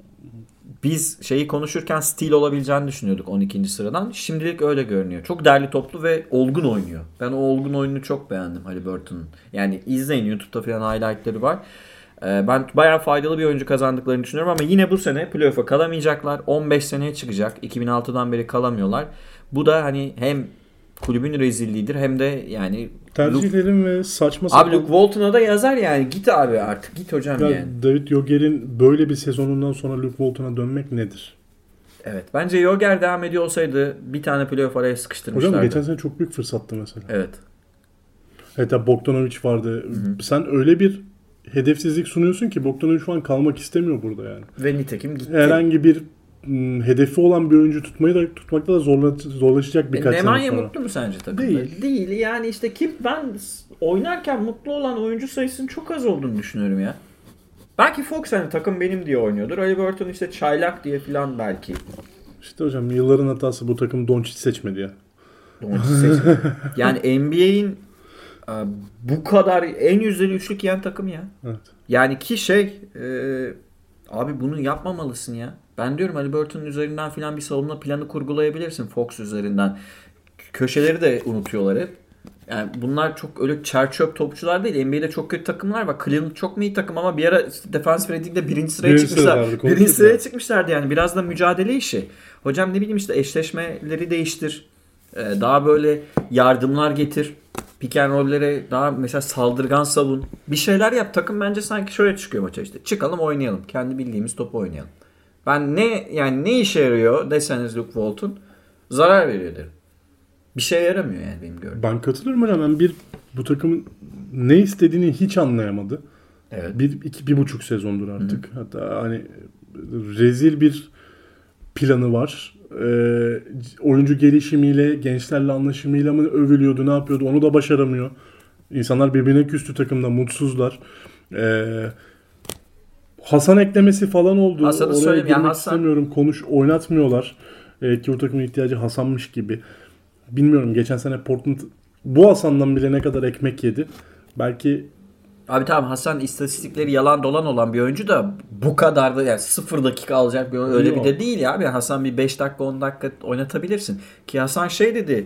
biz şeyi konuşurken steal olabileceğini düşünüyorduk on ikinci sıradan. Şimdilik öyle görünüyor. Çok derli toplu ve olgun oynuyor. Ben o olgun oyununu çok beğendim Haliburton'un. Yani izleyin, YouTube'da falan highlightları var. Ee, ben bayağı faydalı bir oyuncu kazandıklarını düşünüyorum ama yine bu sene playoff'a kalamayacaklar. on beş seneye çıkacak. iki bin altıdan beri kalamıyorlar. Bu da hani hem kulübün rezilliğidir hem de yani tercihlerin ve saçma sapan... Abi Luke Walton'a da yazar yani. Git abi artık. Git hocam ya yani. David Yoger'in böyle bir sezonundan sonra Luke Walton'a dönmek nedir? Evet. Bence Yoger devam ediyor olsaydı bir tane playoff araya sıkıştırmışlardı. Hocam geçen sene çok büyük fırsattı mesela. Evet. Evet ya Bogdanovic vardı. Hı-hı. Sen öyle bir hedefsizlik sunuyorsun ki Bogdanovic falan kalmak istemiyor burada yani. Ve nitekim gitti. Herhangi bir m, hedefi olan bir oyuncu tutmayı da tutmakta da zorla, zorlaşacak birkaç e, sene sonra. Nemanja mutlu mu sence takımda? Değil. Değil. Yani işte kim ben oynarken mutlu olan oyuncu sayısının çok az olduğunu düşünüyorum ya. Belki Fox hani takım benim diye oynuyordur. Haliburton işte çaylak diye falan belki. İşte hocam yılların hatası bu takım Doncic seçmedi ya. Doncic seçmedi. Yani N B A'in bu kadar en yüzdeli üçlük yiyen takım ya. Evet. Yani ki şey e, abi bunu yapmamalısın ya. Ben diyorum Haliburton'un üzerinden falan bir savunma planı kurgulayabilirsin Fox üzerinden. Köşeleri de unutuyorlar hep. Yani bunlar çok öyle çerçöp topçular değil. N B A'de çok kötü takımlar var. Cleveland çok mu iyi takım ama bir ara defensive rating'de birinci sıraya birinci çıkmışlar. Sıralardı, birinci sıraya çıkmışlardı yani. Biraz da mücadele işi. Hocam ne bileyim işte eşleşmeleri değiştir. Daha böyle yardımlar getir. Pick and roll'lere daha mesela saldırgan savun. Bir şeyler yap. Takım bence sanki şöyle çıkıyor maça işte. Çıkalım oynayalım. Kendi bildiğimiz topu oynayalım. Ben ne yani ne işe yarıyor deseniz Luke Walton zarar veriyor derim. Bir şey yaramıyor yani benim gördüğüm. Ben katılıyorum hocam. Ben bir bu takımın ne istediğini hiç anlayamadı. Evet. Bir, iki, bir buçuk sezondur artık. Hı-hı. Hatta hani rezil bir planı var. Ee, oyuncu gelişimiyle, gençlerle anlaşımıyla mı övülüyordu, ne yapıyordu onu da başaramıyor. İnsanlar birbirine küstü takımda, mutsuzlar. Ee, Hasan eklemesi falan oldu. Hasan'ı oraya söyleyeyim girmek ya Hasan... istemiyorum. Konuş, oynatmıyorlar. Ee, ki bu takımın ihtiyacı Hasan'mış gibi. Bilmiyorum geçen sene Portland bu Hasan'dan bile ne kadar ekmek yedi. Belki abi tamam Hasan istatistikleri yalan dolan olan bir oyuncu da bu kadar da yani sıfır dakika alacak bir oyuncu öyle bir de değil ya. Abi Hasan bir beş dakika on dakika oynatabilirsin. Ki Hasan şey dedi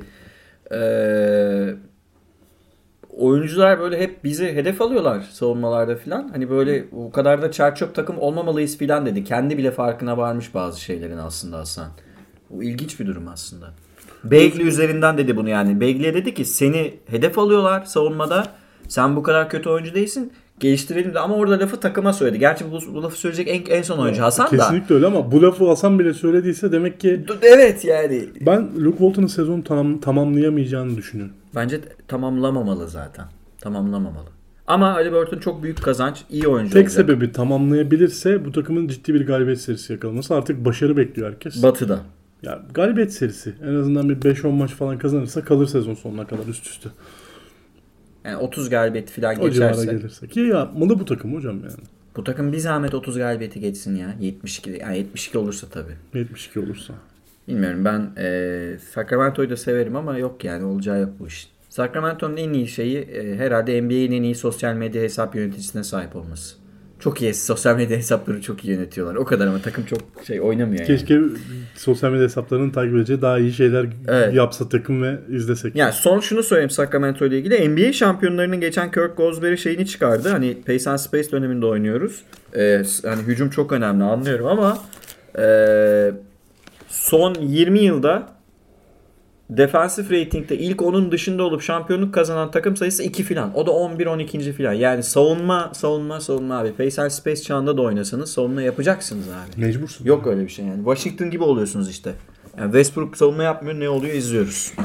ee, oyuncular böyle hep bizi hedef alıyorlar savunmalarda filan. Hani böyle o kadar da çerçöp takım olmamalıyız filan dedi. Kendi bile farkına varmış bazı şeylerin aslında Hasan. Bu ilginç bir durum aslında. Bagley üzerinden dedi bunu yani. Bagley'e dedi ki seni hedef alıyorlar savunmada. Sen bu kadar kötü oyuncu değilsin. Geliştirelim de ama orada lafı takıma söyledi. Gerçi bu, bu lafı söyleyecek en, en son oyuncu Hasan kesinlikle da. Kesinlikle öyle ama bu lafı Hasan bile söylediyse demek ki evet yani. Ben Luke Walton'un sezonu tamam, tamamlayamayacağını düşünüyorum. Bence tamamlamamalı zaten. Tamamlamamalı. Ama Haliburton çok büyük kazanç. İyi oyuncu Tek olacak. sebebi tamamlayabilirse bu takımın ciddi bir galibiyet serisi yakalaması. Artık başarı bekliyor herkes. Batı'da. Ya galibiyet serisi. En azından bir beş on maç falan kazanırsa kalır sezon sonuna kadar üst üste. Yani otuz galibiyet falan o geçerse. O civara gelirse. Ki yapmalı bu takım hocam yani. Bu takım bir zahmet otuz galibiyeti geçsin ya. yetmiş iki yani yetmiş iki olursa tabii. yetmiş iki olursa. Bilmiyorum ben e, Sacramento'yu da severim ama yok yani olacağı yok bu işin. Sacramento'nun en iyi şeyi e, herhalde N B A'nin en iyi sosyal medya hesap yöneticisine sahip olması. Çok iyi sosyal medya hesapları çok iyi yönetiyorlar. O kadar ama takım çok şey oynamıyor Keşke yani. Keşke sosyal medya hesaplarının takip edeceği daha iyi şeyler evet. yapsa takım ve izlesek. Yani son şunu söyleyeyim Sacramento ile ilgili. N B A şampiyonlarının geçen Kirk Goldsberry şeyini çıkardı. Hani Pace and Space döneminde oynuyoruz. Ee, hani hücum çok önemli anlıyorum ama e, son yirmi yılda defensive rating'de ilk onun dışında olup şampiyonluk kazanan takım sayısı iki filan. O da on bir on iki filan. Yani savunma, savunma, savunma abi. Pace and Space çağında da oynasanız savunma yapacaksınız abi. Mecbursun. Yok öyle bir şey yani. Washington gibi oluyorsunuz işte. Yani Westbrook savunma yapmıyor. Ne oluyor izliyoruz.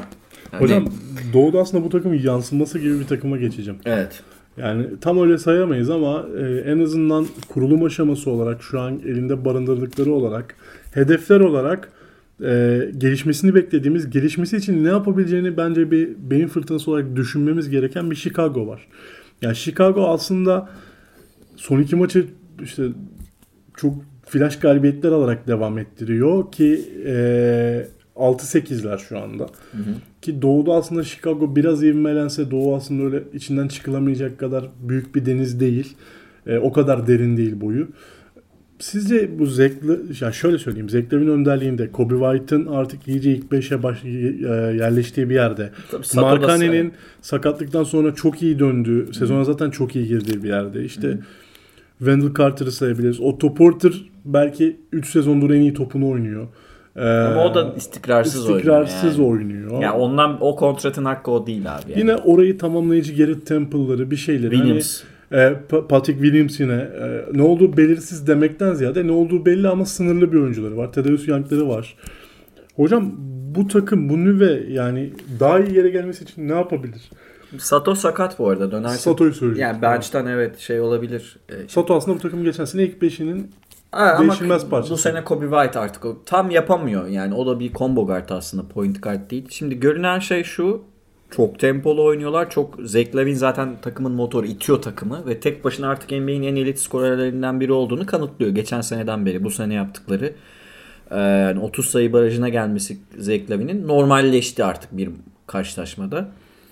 Yani... Hocam Doğu'da aslında bu takımın yansıması gibi bir takıma geçeceğim. Evet. Yani tam öyle sayamayız ama e, en azından kurulum aşaması olarak şu an elinde barındırdıkları olarak hedefler olarak e, gelişmesini beklediğimiz, gelişmesi için ne yapabileceğini bence bir beyin fırtınası olarak düşünmemiz gereken bir Chicago var. Yani Chicago aslında son iki maçı işte çok flash galibiyetler alarak devam ettiriyor ki e, altı sekizler şu anda. Hı hı. Ki Doğu'da aslında Chicago biraz ivmelense Doğu aslında öyle içinden çıkılamayacak kadar büyük bir deniz değil. E, o kadar derin değil boyu. Sizce bu Zekle, ya şöyle söyleyeyim, Zeklev'in önderliğinde Kobe White'ın artık iyice ilk beşe baş, yerleştiği bir yerde. Markkanen'in sakatlıktan sonra çok iyi döndüğü, sezona zaten çok iyi girdiği bir yerde. İşte Hı-hı. Wendell Carter'ı sayabiliriz. Otto Porter belki üç sezondur en iyi topunu oynuyor. Ama o da istikrarsız, istikrarsız oynuyor. Yani. oynuyor. Yani ondan o kontratın hakkı o değil abi. Yani. Yine orayı tamamlayıcı Garrett Temple'ları bir şeyleri. Williams. Hani, e, Patrick Williams yine e, ne olduğu belirsiz demekten ziyade ne olduğu belli ama sınırlı bir oyuncuları var. Thaddeus Young'ları var. Hocam bu takım bu nüve yani daha iyi yere gelmesi için ne yapabilir? Sato sakat bu arada dönerse. Sato'yu söyleyeceğim. Yani bench'ten evet şey olabilir. Sato aslında bu takım geçen sene ilk beşinin Aa, değişilmez ama parçası. Bu sene Kobe White artık o tam yapamıyor. Yani o da bir combo guard aslında, point guard değil. Şimdi görünen şey şu. Çok tempolu oynuyorlar. Çok Zach Lavine zaten takımın motoru, itiyor takımı ve tek başına artık N B A'in en elit skorerlerinden biri olduğunu kanıtlıyor. Geçen seneden beri bu sene yaptıkları yani otuz sayı barajına gelmesi Zach Lavine'in normalleşti artık bir karşılaşmada.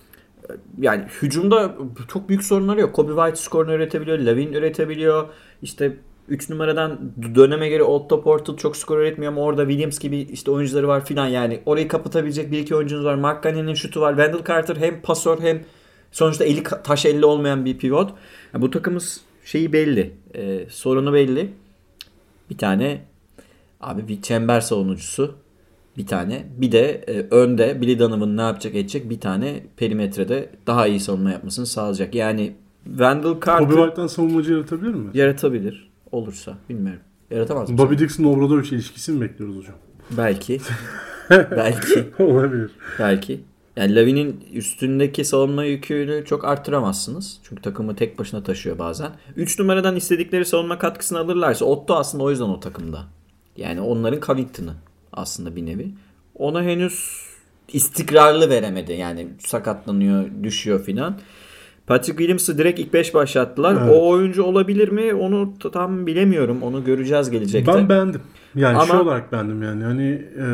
Yani hücumda çok büyük sorunları yok. Kobe White skorunu üretebiliyor, Lavine üretebiliyor. İşte üç numaradan döneme göre Otto Porter çok skor üretmiyor ama orada Williams gibi işte oyuncuları var filan. Yani orayı kapatabilecek bir iki oyuncunuz var. Markkanen'in şutu var. Wendell Carter hem pasör hem sonuçta eli taş elli olmayan bir pivot. Yani bu takımız şeyi belli. E, sorunu belli. Bir tane abi bir çember savunucusu. Bir tane. Bir de e, önde Billy Donovan ne yapacak edecek? Bir tane perimetrede daha iyi savunma yapmasını sağlayacak. Yani Wendell Carter... Kobe White'dan savunmacı yaratabilir mi? Yaratabilir. Olursa. Bilmiyorum. Yaratamaz mı? Bobby Dixon-Obradovic ilişkisi mi bekliyoruz hocam? Belki. Belki. Olabilir. Belki. Yani Lavine'in üstündeki savunma yükünü çok arttıramazsınız. Çünkü takımı tek başına taşıyor bazen. üç numaradan istedikleri savunma katkısını alırlarsa Otto aslında o yüzden o takımda. Yani onların Covington'ı aslında bir nevi. Ona henüz istikrarlı veremedi. Yani sakatlanıyor, düşüyor filan. Patrick Williams'ı direkt ilk beş başlattılar. Evet. O oyuncu olabilir mi? Onu tam bilemiyorum. Onu göreceğiz gelecekte. Ben beğendim. Yani Ama... şey olarak beğendim yani. Hani e,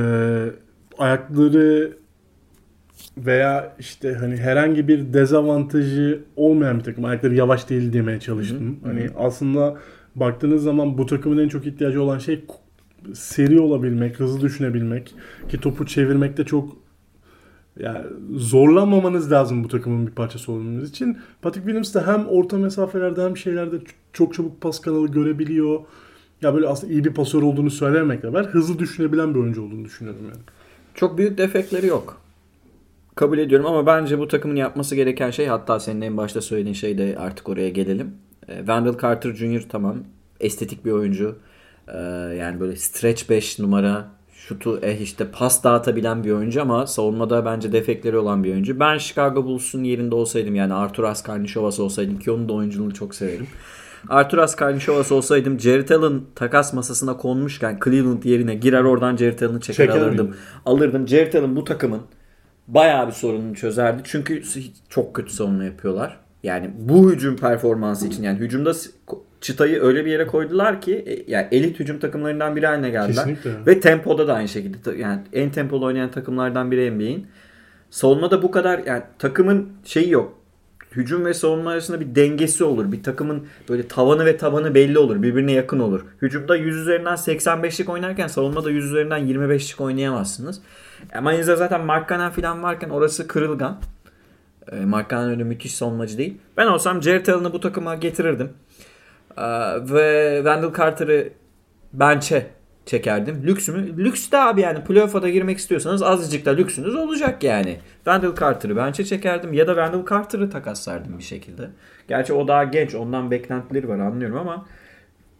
ayakları veya işte hani herhangi bir dezavantajı olmayan bir takım. Ayakları yavaş değil demeye çalıştım. Hı-hı. Hani aslında baktığınız zaman bu takımın en çok ihtiyacı olan şey seri olabilmek, hızlı düşünebilmek ki topu çevirmekte çok yani zorlanmamanız lazım bu takımın bir parçası olmanız için. Patrick Williams de hem orta mesafelerde hem şeylerde çok çabuk pas kanalı görebiliyor. Ya böyle aslında iyi bir pasör olduğunu söylemekle beraber hızlı düşünebilen bir oyuncu olduğunu düşünüyorum yani. Çok büyük defekleri yok. Kabul ediyorum ama bence bu takımın yapması gereken şey, hatta senin en başta söylediğin şey de artık oraya gelelim. Wendell Carter Junior tamam estetik bir oyuncu. Yani böyle stretch beş numara, şutu eh işte pas dağıtabilen bir oyuncu ama savunmada bence defekleri olan bir oyuncu. Ben Chicago Bulls'un yerinde olsaydım, yani Arturas Karnišovas olsaydım ki onun da oyunculuğunu çok severim. Arturas Karnišovas olsaydım Jarrett Allen takas masasına konmuşken Cleveland yerine girer oradan Jarrett Allen'ı çeker Çeker alırdım. Miyim? Alırdım. Jarrett Allen bu takımın bayağı bir sorununu çözerdi. Çünkü çok kötü savunma yapıyorlar. Yani bu hücum performansı için, yani hücumda çıtayı öyle bir yere koydular ki yani elit hücum takımlarından biri haline geldiler. Kesinlikle. Ve tempoda da aynı şekilde. Yani en tempolu oynayan takımlardan biri N B A'in. Savunmada bu kadar, yani takımın şeyi yok. Hücum ve savunma arasında bir dengesi olur. Bir takımın böyle tavanı ve tabanı belli olur. Birbirine yakın olur. Hücumda yüz üzerinden seksen beşlik oynarken savunmada yüz üzerinden yirmi beşlik oynayamazsınız. Ama yine zaten Markkanen falan varken orası kırılgan. Markkanen öyle müthiş savunmacı değil. Ben olsam Jarrett Allen'ı bu takıma getirirdim. Ee, ve Wendell Carter'ı bench'e çekerdim. Lüks mü? Lüks de abi, yani playoff'a da girmek istiyorsanız azıcık da lüksünüz olacak yani. Wendell Carter'ı bench'e çekerdim ya da Wendell Carter'ı takaslardım bir şekilde. Gerçi o daha genç, ondan beklentileri var, anlıyorum ama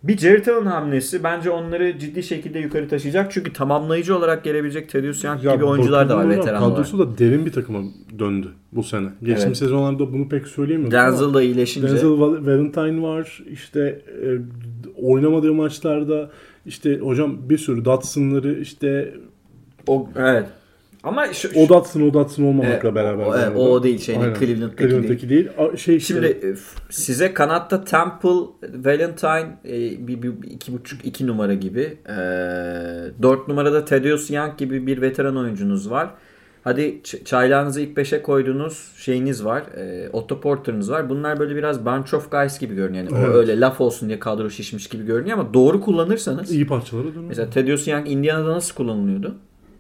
Bir Jarrett Allen hamlesi bence onları ciddi şekilde yukarı taşıyacak. Çünkü tamamlayıcı olarak gelebilecek Thaddeus Young gibi oyuncular da var veteran olarak. Kadrosu da derin bir takıma döndü bu sene. Geçtiğimiz evet. sezonlarda bunu pek söyleyemiyorduk. Denzel da iyileşince. Denzel Valentine var. İşte e, oynamadığı maçlarda işte hocam bir sürü Dotson'ları işte o evet. Ama şu, o Dotson o Dotson olmamakla e, beraber. O, evet, o değil şey Cleveland'daki, Cleveland'daki değil. değil. Şey işte, şimdi size kanatta Temple, Valentine e, bir, bir, iki buçuk iki numara gibi. E, dört numarada Thaddeus Young gibi bir veteran oyuncunuz var. Hadi ç- çaylağınızı ilk beşe koyduğunuz şeyiniz var. E, Otto Porter'ınız var. Bunlar böyle biraz bunch of guys gibi görünüyor. Yani evet. O öyle laf olsun diye kadro şişmiş gibi görünüyor ama doğru kullanırsanız. İyi parçaları dönüyor. Mesela Thaddeus Young Indiana'da nasıl kullanılıyordu?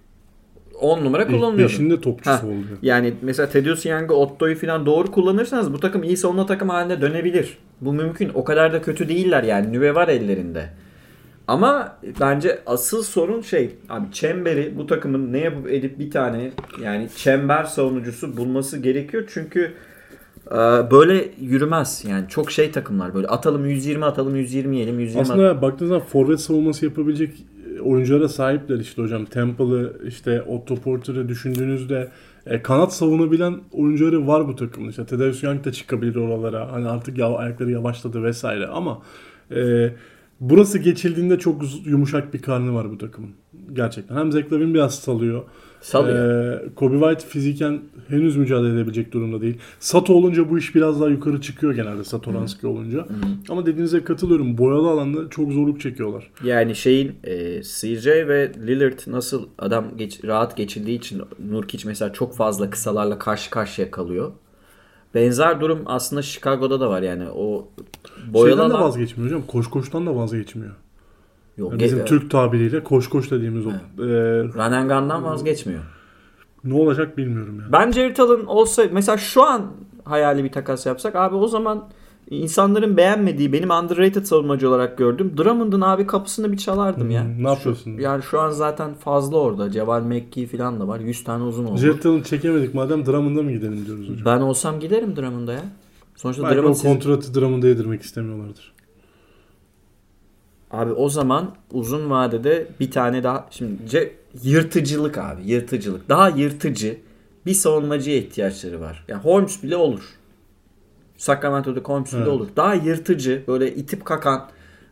on numara kullanılıyordu. beşinde topçusu oldu. Yani mesela Thaddeus Young'ı, Otto'yu falan doğru kullanırsanız bu takım iyi savunma takım haline dönebilir. Bu mümkün. O kadar da kötü değiller yani. Nüve var ellerinde. Ama bence asıl sorun şey abi Çemberi bu takımın ne yapıp edip bir tane yani çember savunucusu bulması gerekiyor. Çünkü e, böyle yürümez. Yani çok şey takımlar böyle atalım yüz yirmi atalım yüz yirmi yiyelim yüz yirmi aslında at- baktığınız zaman forvet savunması yapabilecek oyunculara sahipler işte hocam. Temple'ı işte Otto Porter'ı düşündüğünüzde e, kanat savunabilen oyuncuları var bu takımın. İşte Thaddeus Young da çıkabilir oralara. Hani artık yav- ayakları yavaşladı vesaire ama e, burası geçildiğinde çok yumuşak bir karnı var bu takımın. Gerçekten. Hem Zach LaVine biraz salıyor. Salıyor. Ee, Kobe White fiziken henüz mücadele edebilecek durumda değil. Sato olunca bu iş biraz daha yukarı çıkıyor genelde Satoranski olunca. Hı-hı. Ama dediğinize katılıyorum. Boyalı alanda çok zorluk çekiyorlar. Yani şeyin e, C J ve Lillard nasıl adam geç, rahat geçildiği için Nurkic mesela çok fazla kısalarla karşı karşıya kalıyor. Benzer durum aslında Chicago'da da var yani o boyalı Şeyden alan... de vazgeçmiyor hocam. Koş koştan da vazgeçmiyor. Yok, yani bizim ge- Türk tabiriyle koş koş dediğimiz o. Evet. Ee, Run and gun'dan vazgeçmiyor. Ne olacak bilmiyorum yani. Ben Jarrett Allen olsa mesela şu an hayali bir takas yapsak abi o zaman insanların beğenmediği benim underrated savunmacı olarak gördüm. Drummond'un abi kapısını bir çalardım hmm, ya. Ne yapıyorsun? Şu, yani şu an zaten fazla orada. Ceval McGee falan da var. yüz tane uzun oldu. Jarrett Allen'ı çekemedik madem Drummond'a mı gidelim diyoruz hocam. Ben olsam giderim Drummond'a ya. Sonuçta belki Drummond o kontratı siz... Drummond'a yedirmek istemiyorlardır. Abi o zaman uzun vadede bir tane daha şimdi ce, yırtıcılık abi yırtıcılık. Daha yırtıcı bir savunmacıya ihtiyaçları var. Yani Holmes bile olur. Sacramento'da Holmes bile evet. olur. Daha yırtıcı böyle itip kakan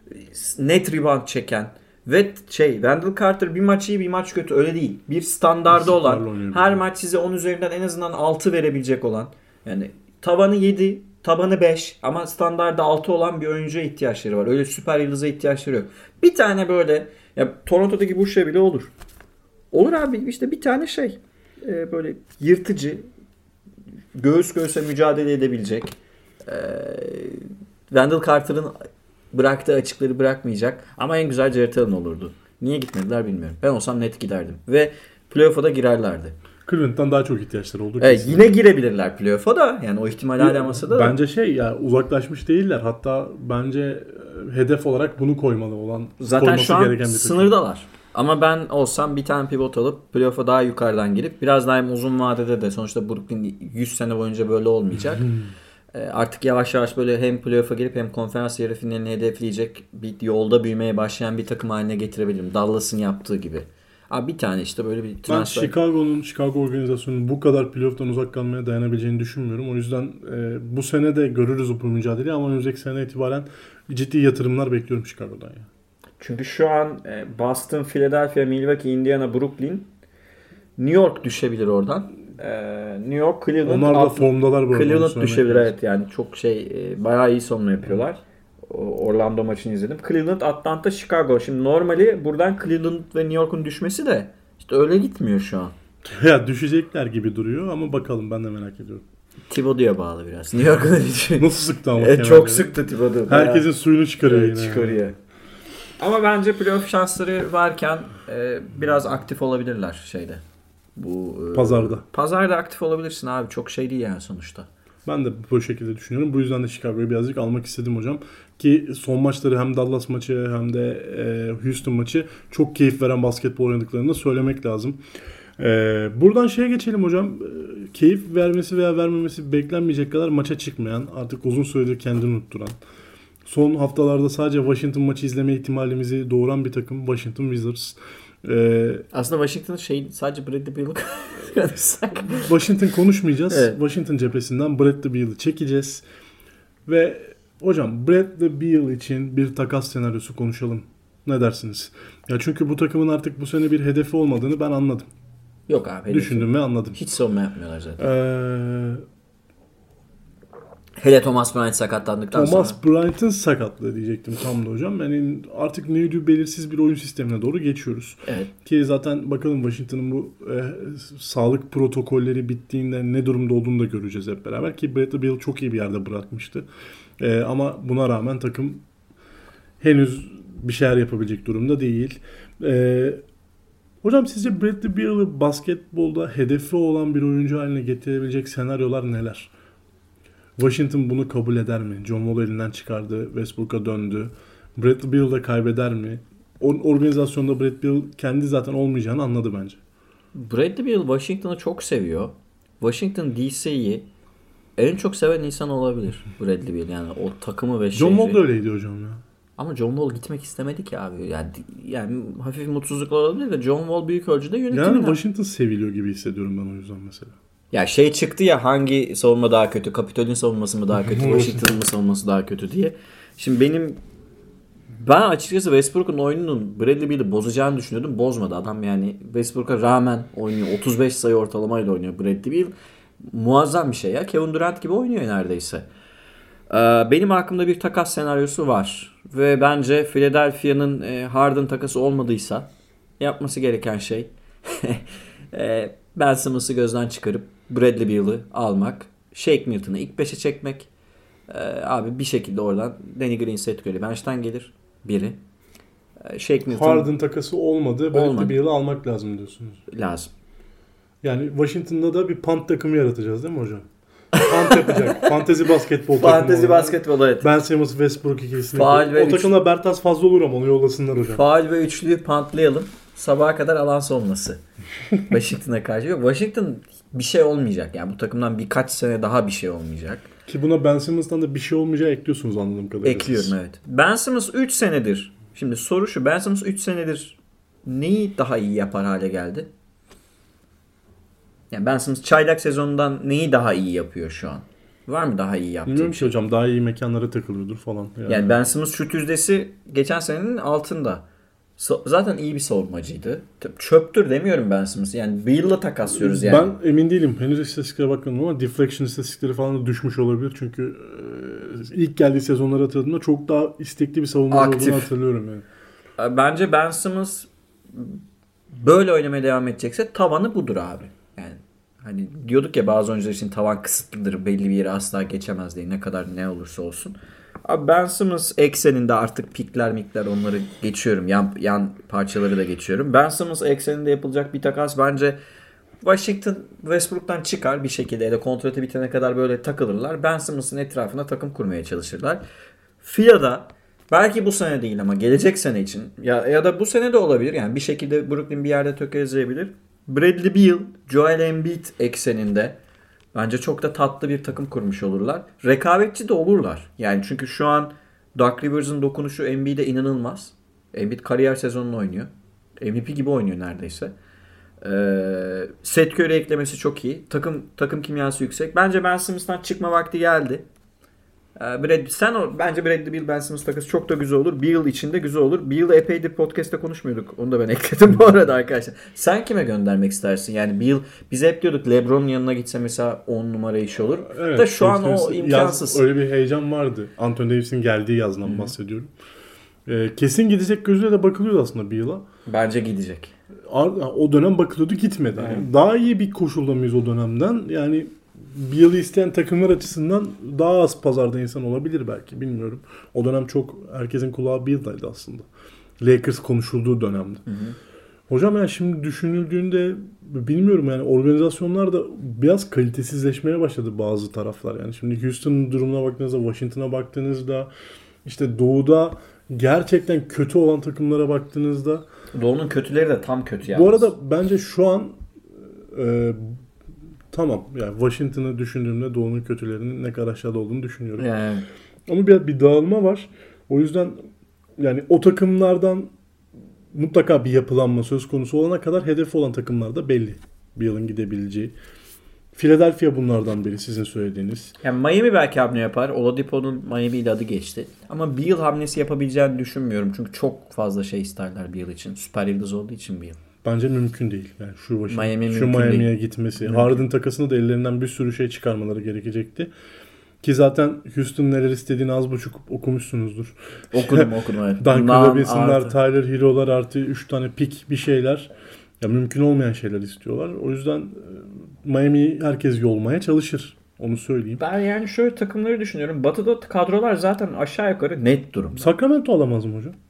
net rebound çeken ve şey Wendell Carter bir maç iyi bir maç kötü öyle değil. Bir standardı olan her maç size on üzerinden en azından altı verebilecek olan yani tavanı yedi tabanı beş ama standarda altı olan bir oyuncuya ihtiyaçları var. Öyle süper yıldıza ihtiyaçları yok. Bir tane böyle ya Toronto'daki bu şey bile olur. Olur abi işte bir tane şey e, böyle yırtıcı göğüs göğüse mücadele edebilecek e, Wendell Carter'ın bıraktığı açıkları bırakmayacak ama en güzel Jarrett Allen olurdu. Niye gitmediler bilmiyorum. Ben olsam net giderdim. Ve playoff'a da girerlerdi. Cleveland'dan daha çok ihtiyaçları oldu. Evet, yine girebilirler playoff'a da. Yani o ihtimal hala masada da. Bence şey ya uzaklaşmış değiller. Hatta bence hedef olarak bunu koymalı olan zaten şu an sınırdalar. Ama ben olsam bir tane pivot alıp playoff'a daha yukarıdan girip biraz daha hem uzun vadede de sonuçta Brooklyn yüz sene boyunca böyle olmayacak. Artık yavaş yavaş böyle hem playoff'a girip hem konferans yarı finalini hedefleyecek bir yolda büyümeye başlayan bir takım haline getirebilirim. Dallas'ın yaptığı gibi. Abi bir tane işte böyle bir transfer. Ben Chicago'nun, Chicago organizasyonunun bu kadar playoff'tan uzak kalmaya dayanabileceğini düşünmüyorum. O yüzden e, bu sene de görürüz bu mücadeleyi ama önümüzdeki sene itibaren ciddi yatırımlar bekliyorum Chicago'dan. Yani. Çünkü şu an Boston, Philadelphia, Milwaukee, Indiana, Brooklyn, New York düşebilir oradan. New York, Cleveland. Onlar da formdalar bu arada. Cleveland düşebilir evet yani çok şey bayağı iyi savunma yapıyorlar. Orlando maçını izledim. Cleveland, Atlanta, Chicago. Şimdi normali buradan Cleveland ve New York'un düşmesi de işte öyle gitmiyor şu an. Ya düşecekler gibi duruyor ama bakalım ben de merak ediyorum. Thibodeau'ya bağlı biraz. New York'un düşüyor. Nasıl sıktı ama? E, çok sıktı Thibodeau. Herkesin ya. Suyunu çıkarıyor evet, yine. Çıkarıyor. Ama bence playoff şansları varken e, biraz aktif olabilirler şeyde. Bu e, pazarda. Pazarda aktif olabilirsin abi. Çok şey değil yani sonuçta. Ben de bu şekilde düşünüyorum. Bu yüzden de Chicago'yu birazcık almak istedim hocam. Ki son maçları hem Dallas maçı hem de e, Houston maçı çok keyif veren basketbol oynadıklarını da söylemek lazım. E, buradan şeye geçelim hocam. E, keyif vermesi veya vermemesi beklenmeyecek kadar maça çıkmayan, artık uzun süredir kendini unutturan, son haftalarda sadece Washington maçı izleme ihtimalimizi doğuran bir takım Washington Wizards. Ee, Aslında Washington'ın şey sadece Bradley Beal'ı konuşsak. Washington konuşmayacağız. Evet. Washington cephesinden Bradley Beal'ı çekeceğiz. Ve hocam Bradley Beal için bir takas senaryosu konuşalım. Ne dersiniz? Ya çünkü bu takımın artık bu sene bir hedefi olmadığını ben anladım. Yok abi. Düşündüm ve anladım. Hiç savunma yapmıyorlar zaten. Ee, Hele Thomas Bryant sakatlandıktan Thomas sonra. Bryant'ın sakatlığı diyecektim tam da hocam. Yani artık neydi belirsiz bir oyun sistemine doğru geçiyoruz. Evet. Ki zaten bakalım Washington'ın bu e, sağlık protokolleri bittiğinde ne durumda olduğunu da göreceğiz hep beraber. Ki Bradley Beal çok iyi bir yerde bırakmıştı. E, ama buna rağmen takım henüz bir şeyler yapabilecek durumda değil. E, hocam sizce Bradley Beal'ı basketbolda hedefi olan bir oyuncu haline getirebilecek senaryolar neler? Washington bunu kabul eder mi? John Wall elinden çıkardı, Westbrook'a döndü. Bradley Beal da kaybeder mi? O organizasyonda Bradley Beal kendi zaten olmayacağını anladı bence. Bradley Beal Washington'ı çok seviyor. Washington D C'yi en çok seven insan olabilir Bradley Beal. Yani o takımı ve şehri. John Wall da öyleydi hocam ya. Ama John Wall gitmek istemedi ki abi. Yani yani hafif mutsuzluklar olabilir de John Wall büyük ölçüde yönetiminden. Yani Washington seviliyor gibi hissediyorum ben o yüzden mesela. Ya şey çıktı ya, hangi savunma daha kötü? Capitol'ün savunması mı daha kötü? Washington'ın mı savunması daha kötü diye. Şimdi benim ben açıkçası Westbrook'un oyununun Bradley Beal'ı bozacağını düşünüyordum. Bozmadı adam yani. Westbrook'a rağmen oynuyor. otuz beş sayı ortalamayla oynuyor Bradley Beal. Muazzam bir şey ya. Kevin Durant gibi oynuyor neredeyse. Benim aklımda bir takas senaryosu var. Ve bence Philadelphia'nın Harden takası olmadıysa yapması gereken şey Ben Simmons'ı gözden çıkarıp Bradley Beal'ı almak. Shake Milton'ı ilk beşe çekmek. Abi bir şekilde oradan Danny Green, Seth Curry bench'ten gelir. Biri. Shake Milton. Harden takası olmadı. Bradley Olmadı. Beal'ı almak lazım diyorsunuz. Lazım. Yani Washington'da da bir punt takımı yaratacağız değil mi hocam? Punt yapacak. Fantezi basketbol takımı. Fantezi basketbol, evet. Ben Simmons, Westbrook ikisini. Faal ve o takımda Bertans fazla olur ama onu yollasınlar hocam. Faal ve üçlüyü puntlayalım. Sabaha kadar alan savunması. Washington'a karşı. Yok, Washington bir şey olmayacak. Yani bu takımdan birkaç sene daha bir şey olmayacak. Ki buna Ben Simmons'tan da bir şey olmayacağı ekliyorsunuz anladığım kadarıyla. Ekliyorum, evet. Ben Simmons üç senedir. Şimdi soru şu. Ben Simmons üç senedir neyi daha iyi yapar hale geldi? Yani Ben Simmons çaylak sezonundan neyi daha iyi yapıyor şu an? Var mı daha iyi yaptığı? Bilmiyorum ki hocam, daha iyi mekanlara takılıyordur falan. Yani, yani Ben Simmons şut yüzdesi geçen senenin altında. So- zaten iyi bir savunmacıydı. Çöptür demiyorum Ben Simmons. Yani Beal'la takaslıyoruz yani. Ben emin değilim. Henüz istatistiklere bakmadım ama deflection istatistikleri falan da düşmüş olabilir. Çünkü e, ilk geldiği sezonları hatırladığımda çok daha istekli bir savunmacı olduğunu hatırlıyorum yani. Bence Ben Simmons böyle oynamaya devam edecekse tavanı budur abi. Yani hani diyorduk ya, bazı oyuncular için tavan kısıtlıdır, belli bir yere asla geçemez diye, ne kadar ne olursa olsun. Abi Ben Simmons ekseninde artık pikler mikler onları geçiyorum. Yan, yan parçaları da geçiyorum. Ben Simmons ekseninde yapılacak bir takas bence Washington Westbrook'tan çıkar bir şekilde ya da kontratı bitene kadar böyle takılırlar. Ben Simmons'ın etrafına takım kurmaya çalışırlar. Philadelphia belki bu sene değil ama gelecek sene için ya, ya da bu sene de olabilir. Yani bir şekilde Brooklyn bir yerde tökezleyebilir. Bradley Beal, Joel Embiid ekseninde bence çok da tatlı bir takım kurmuş olurlar. Rekabetçi de olurlar. Yani çünkü şu an Doug Rivers'ın dokunuşu Embiid'e inanılmaz. Embiid kariyer sezonunu oynuyor. M V P gibi oynuyor neredeyse. Ee, Seth Curry eklemesi çok iyi. Takım takım kimyası yüksek. Bence Ben Simmons'tan çıkma vakti geldi. Ee, Brad, sen o, bence Bradley Beal Ben Simmons takası çok da güzel olur. Beal için de güzel olur. Beal'ı epeydir podcast'te konuşmuyorduk. Onu da ben ekledim bu arada arkadaşlar. Sen kime göndermek istersin? Yani Beal, biz hep diyorduk LeBron'un yanına gitse mesela on numara iş olur. Evet, da şu an o imkansız. Yaz, öyle bir heyecan vardı. Anthony Davis'in geldiği yazdan Hı-hı. bahsediyorum. Ee, kesin gidecek gözüyle de bakılıyordu aslında Beal'a. Bence gidecek. O dönem bakılıyordu, gitmedi. Yani daha iyi bir koşulda mıyız o dönemden? Yani Beal'ı isteyen takımlar açısından daha az pazarda insan olabilir belki, bilmiyorum. O dönem çok herkesin kulağı Beal'daydı aslında. Lakers konuşulduğu dönemde. Hı hı. Hocam yani şimdi düşünüldüğünde bilmiyorum yani organizasyonlar da biraz kalitesizleşmeye başladı bazı taraflar. Yani şimdi Houston'un durumuna baktığınızda, Washington'a baktığınızda, işte Doğu'da gerçekten kötü olan takımlara baktığınızda. Doğu'nun kötüleri de tam kötü yani. Bu arada bence şu an e, tamam yani Washington'ı düşündüğümde Doğu'nun kötülerinin ne kadar aşağıda olduğunu düşünüyorum. Yani. Ama bir, bir dağılma var. O yüzden yani o takımlardan mutlaka bir yapılanma söz konusu olana kadar hedefi olan takımlar da belli. Beal'ın gidebileceği. Philadelphia bunlardan biri sizin söylediğiniz. Yani Miami belki hamle yapar. Oladipo'nun Miami ile adı geçti. Ama Beal hamlesi yapabileceğini düşünmüyorum. Çünkü çok fazla şey isterler Beal için. Süper yıldız olduğu için Beal. Bence mümkün değil. Yani şu başına, Miami şu mümkün Miami'ye değil. gitmesi. Mümkün. Harden takasında da ellerinden bir sürü şey çıkarmaları gerekecekti. Ki zaten Houston neler istediğini az buçuk okumuşsunuzdur. Okudum okudum. Evet. Duncan Nan Robinson'lar, artı. Tyler Hero'lar artı üç tane pick bir şeyler. Ya mümkün olmayan şeyler istiyorlar. O yüzden e, Miami'yi herkes yolmaya çalışır. Onu söyleyeyim. Ben yani şöyle takımları düşünüyorum. Batı'da kadrolar zaten aşağı yukarı net durumda. Sacramento alamaz mı hocam?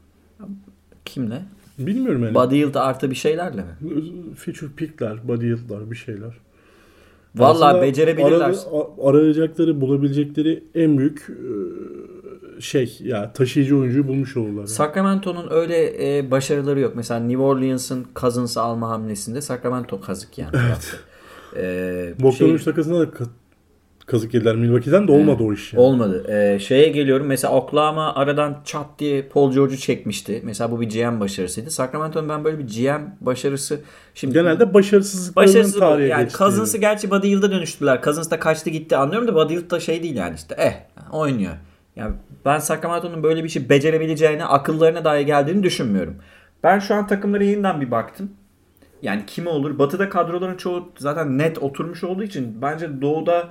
Kimle? Bilmiyorum yani. Buddy Hield artı bir şeylerle mi? Future pickler, body yıldlar bir şeyler. Vallahi Aslında becerebilirler. Ara, arayacakları, bulabilecekleri en büyük e, şey ya taşıyıcı oyuncuyu bulmuş olurlar. Yani. Sacramento'nun öyle e, başarıları yok. Mesela New Orleans'ın Cousins'ı alma hamlesinde Sacramento kazık yani. Evet. Ee, Bogdanovic şey, takasında da ka- kazık yediler. Milwaukee'den de olmadı o iş. Yani. Olmadı. Ee, şeye geliyorum. Mesela Oklahoma aradan çat diye Paul George'u çekmişti. Mesela bu bir G M başarısıydı. Sacramento'nun ben böyle bir G M başarısı... Şimdi Genelde başarısızlıklarının başarısız tarihe yani geçti. Cousins'ı gerçi Buddy Hield'a dönüştüler. Cousins da kaçtı gitti anlıyorum da Buddy Hield da şey değil yani işte. Eh oynuyor. Yani ben Sacramento'nun böyle bir şey becerebileceğini, akıllarına dahi geldiğini düşünmüyorum. Ben şu an takımlara yeniden bir baktım. Yani kimi olur? Batı'da kadroların çoğu zaten net oturmuş olduğu için bence Doğu'da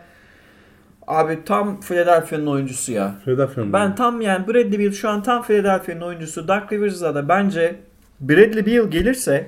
abi tam Philadelphia'nın oyuncusu ya. Philadelphia'nın Ben tam yani Bradley Beal şu an tam Philadelphia'nın oyuncusu. Doug Rivers'a da bence Bradley Beal gelirse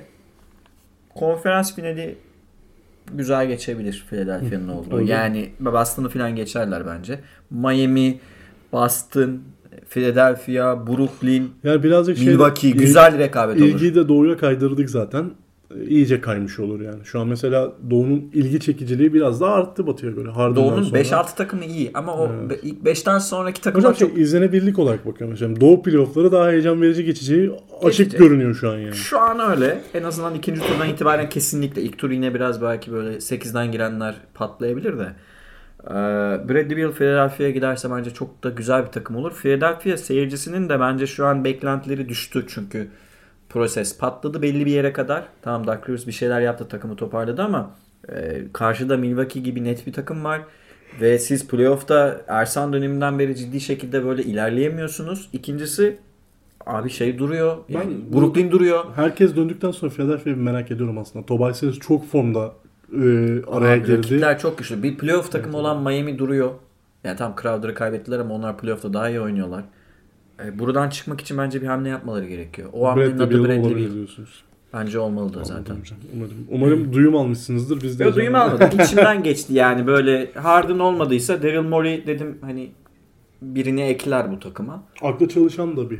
konferans finali güzel geçebilir Philadelphia'nın olduğu. Öyle. Yani Boston'ı falan geçerler bence. Miami, Boston, Philadelphia, Brooklyn, yani birazcık şey, Milwaukee il- güzel rekabet olur. İlgiyi de Doğu'ya kaydırdık zaten. İyice kaymış olur yani. Şu an mesela Doğu'nun ilgi çekiciliği biraz daha arttı Batı'ya göre. Harden'dan Doğu'nun sonra. beş altı takımı iyi ama o Evet. be- ilk beşten sonraki takımlar Hocam çok şey, izlenebilirlik olarak bakıyorum. Şimdi Doğu playoff'ları daha heyecan verici geçeceği açık Geçecek. görünüyor şu an yani. şu an öyle. En azından ikinci turdan itibaren kesinlikle. İlk tur yine biraz belki böyle sekizden girenler patlayabilir de. Ee, Bradley Beal Philadelphia'ya giderse bence çok da güzel bir takım olur. Philadelphia seyircisinin de bence şu an beklentileri düştü çünkü proses patladı belli bir yere kadar. Tamam Doug Rivers bir şeyler yaptı, takımı toparladı ama e, karşıda Milwaukee gibi net bir takım var. Ve siz playoff'ta Ersan döneminden beri ciddi şekilde böyle ilerleyemiyorsunuz. İkincisi abi şey duruyor. Yani Ben- Brooklyn duruyor. Herkes döndükten sonra Philadelphia'yı merak ediyorum aslında. Tobias Harris çok formda e, araya Abi, girdi. rakipler çok güçlü. Bir playoff takımı olan Miami duruyor. Yani tam Crowder'ı kaybettiler ama onlar playoff'ta daha iyi oynuyorlar. E, buradan çıkmak için bence bir hamle yapmaları gerekiyor. O hamlenin Bradley adı Beal Bradley olabilir Beal. diyorsunuz. Bence olmalı da Anladım zaten. hocam. Umarım, umarım duyum almışsınızdır. Biz de Yo, duyum almadım. İçimden geçti yani böyle Harden olmadıysa Daryl Morey dedim hani birini ekler bu takıma. Aklı çalışan da bir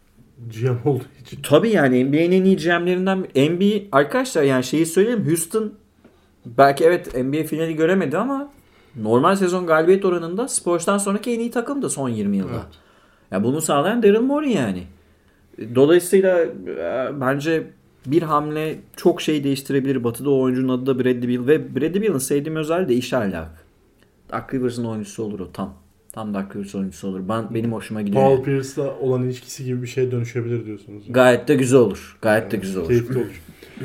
G M olduğu için. Tabii yani N B A'nin en iyi G M'lerinden N B A arkadaşlar yani şeyi söyleyeyim Houston belki evet N B A finali göremedi ama normal sezon galibiyet oranında Spurs'tan sonraki en iyi takımdı son yirmi yılda. Evet. Ya bunu sağlayan Daryl Morey yani. Dolayısıyla e, bence bir hamle çok şey değiştirebilir. Batı'da o oyuncunun adı da Bradley Beal ve Bradley Beal'ın sevdiğim özelliği de iş ahlakı. Doug Rivers'ın oyuncusu olur o tam. Tam Doug Rivers oyuncusu olur. Ben benim hoşuma gidiyor. Paul Yani. Pierce'la olan ilişkisi gibi bir şeye dönüşebilir diyorsunuz. Yani. Gayet de güzel olur. Gayet de güzel olur. Keyifli olur.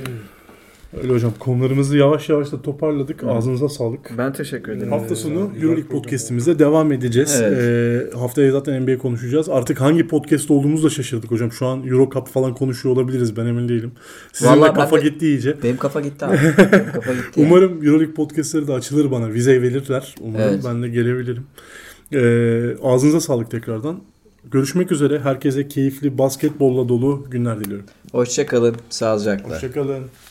Öyle hocam konularımızı yavaş yavaş da toparladık. Ağzınıza sağlık. Ben teşekkür ederim. Hafta sonu Euroleague podcast'imize devam edeceğiz. Evet. Ee, haftaya zaten N B A konuşacağız. Artık hangi podcast olduğumuzu da şaşırdık hocam. Şu an Euro Cup falan konuşuyor olabiliriz. Ben emin değilim. Sizin Vallahi de kafa ben de- gitti iyice. Benim kafa gitti abi. Benim kafa gitti. yani. Umarım Euroleague podcast'ları da açılır bana. Vize verirler. Umarım Evet. ben de gelebilirim. Ee, ağzınıza sağlık tekrardan. Görüşmek üzere. Herkese keyifli basketbolla dolu günler diliyorum. Hoşça kalın. Sağlıcakla. Hoşçakalın.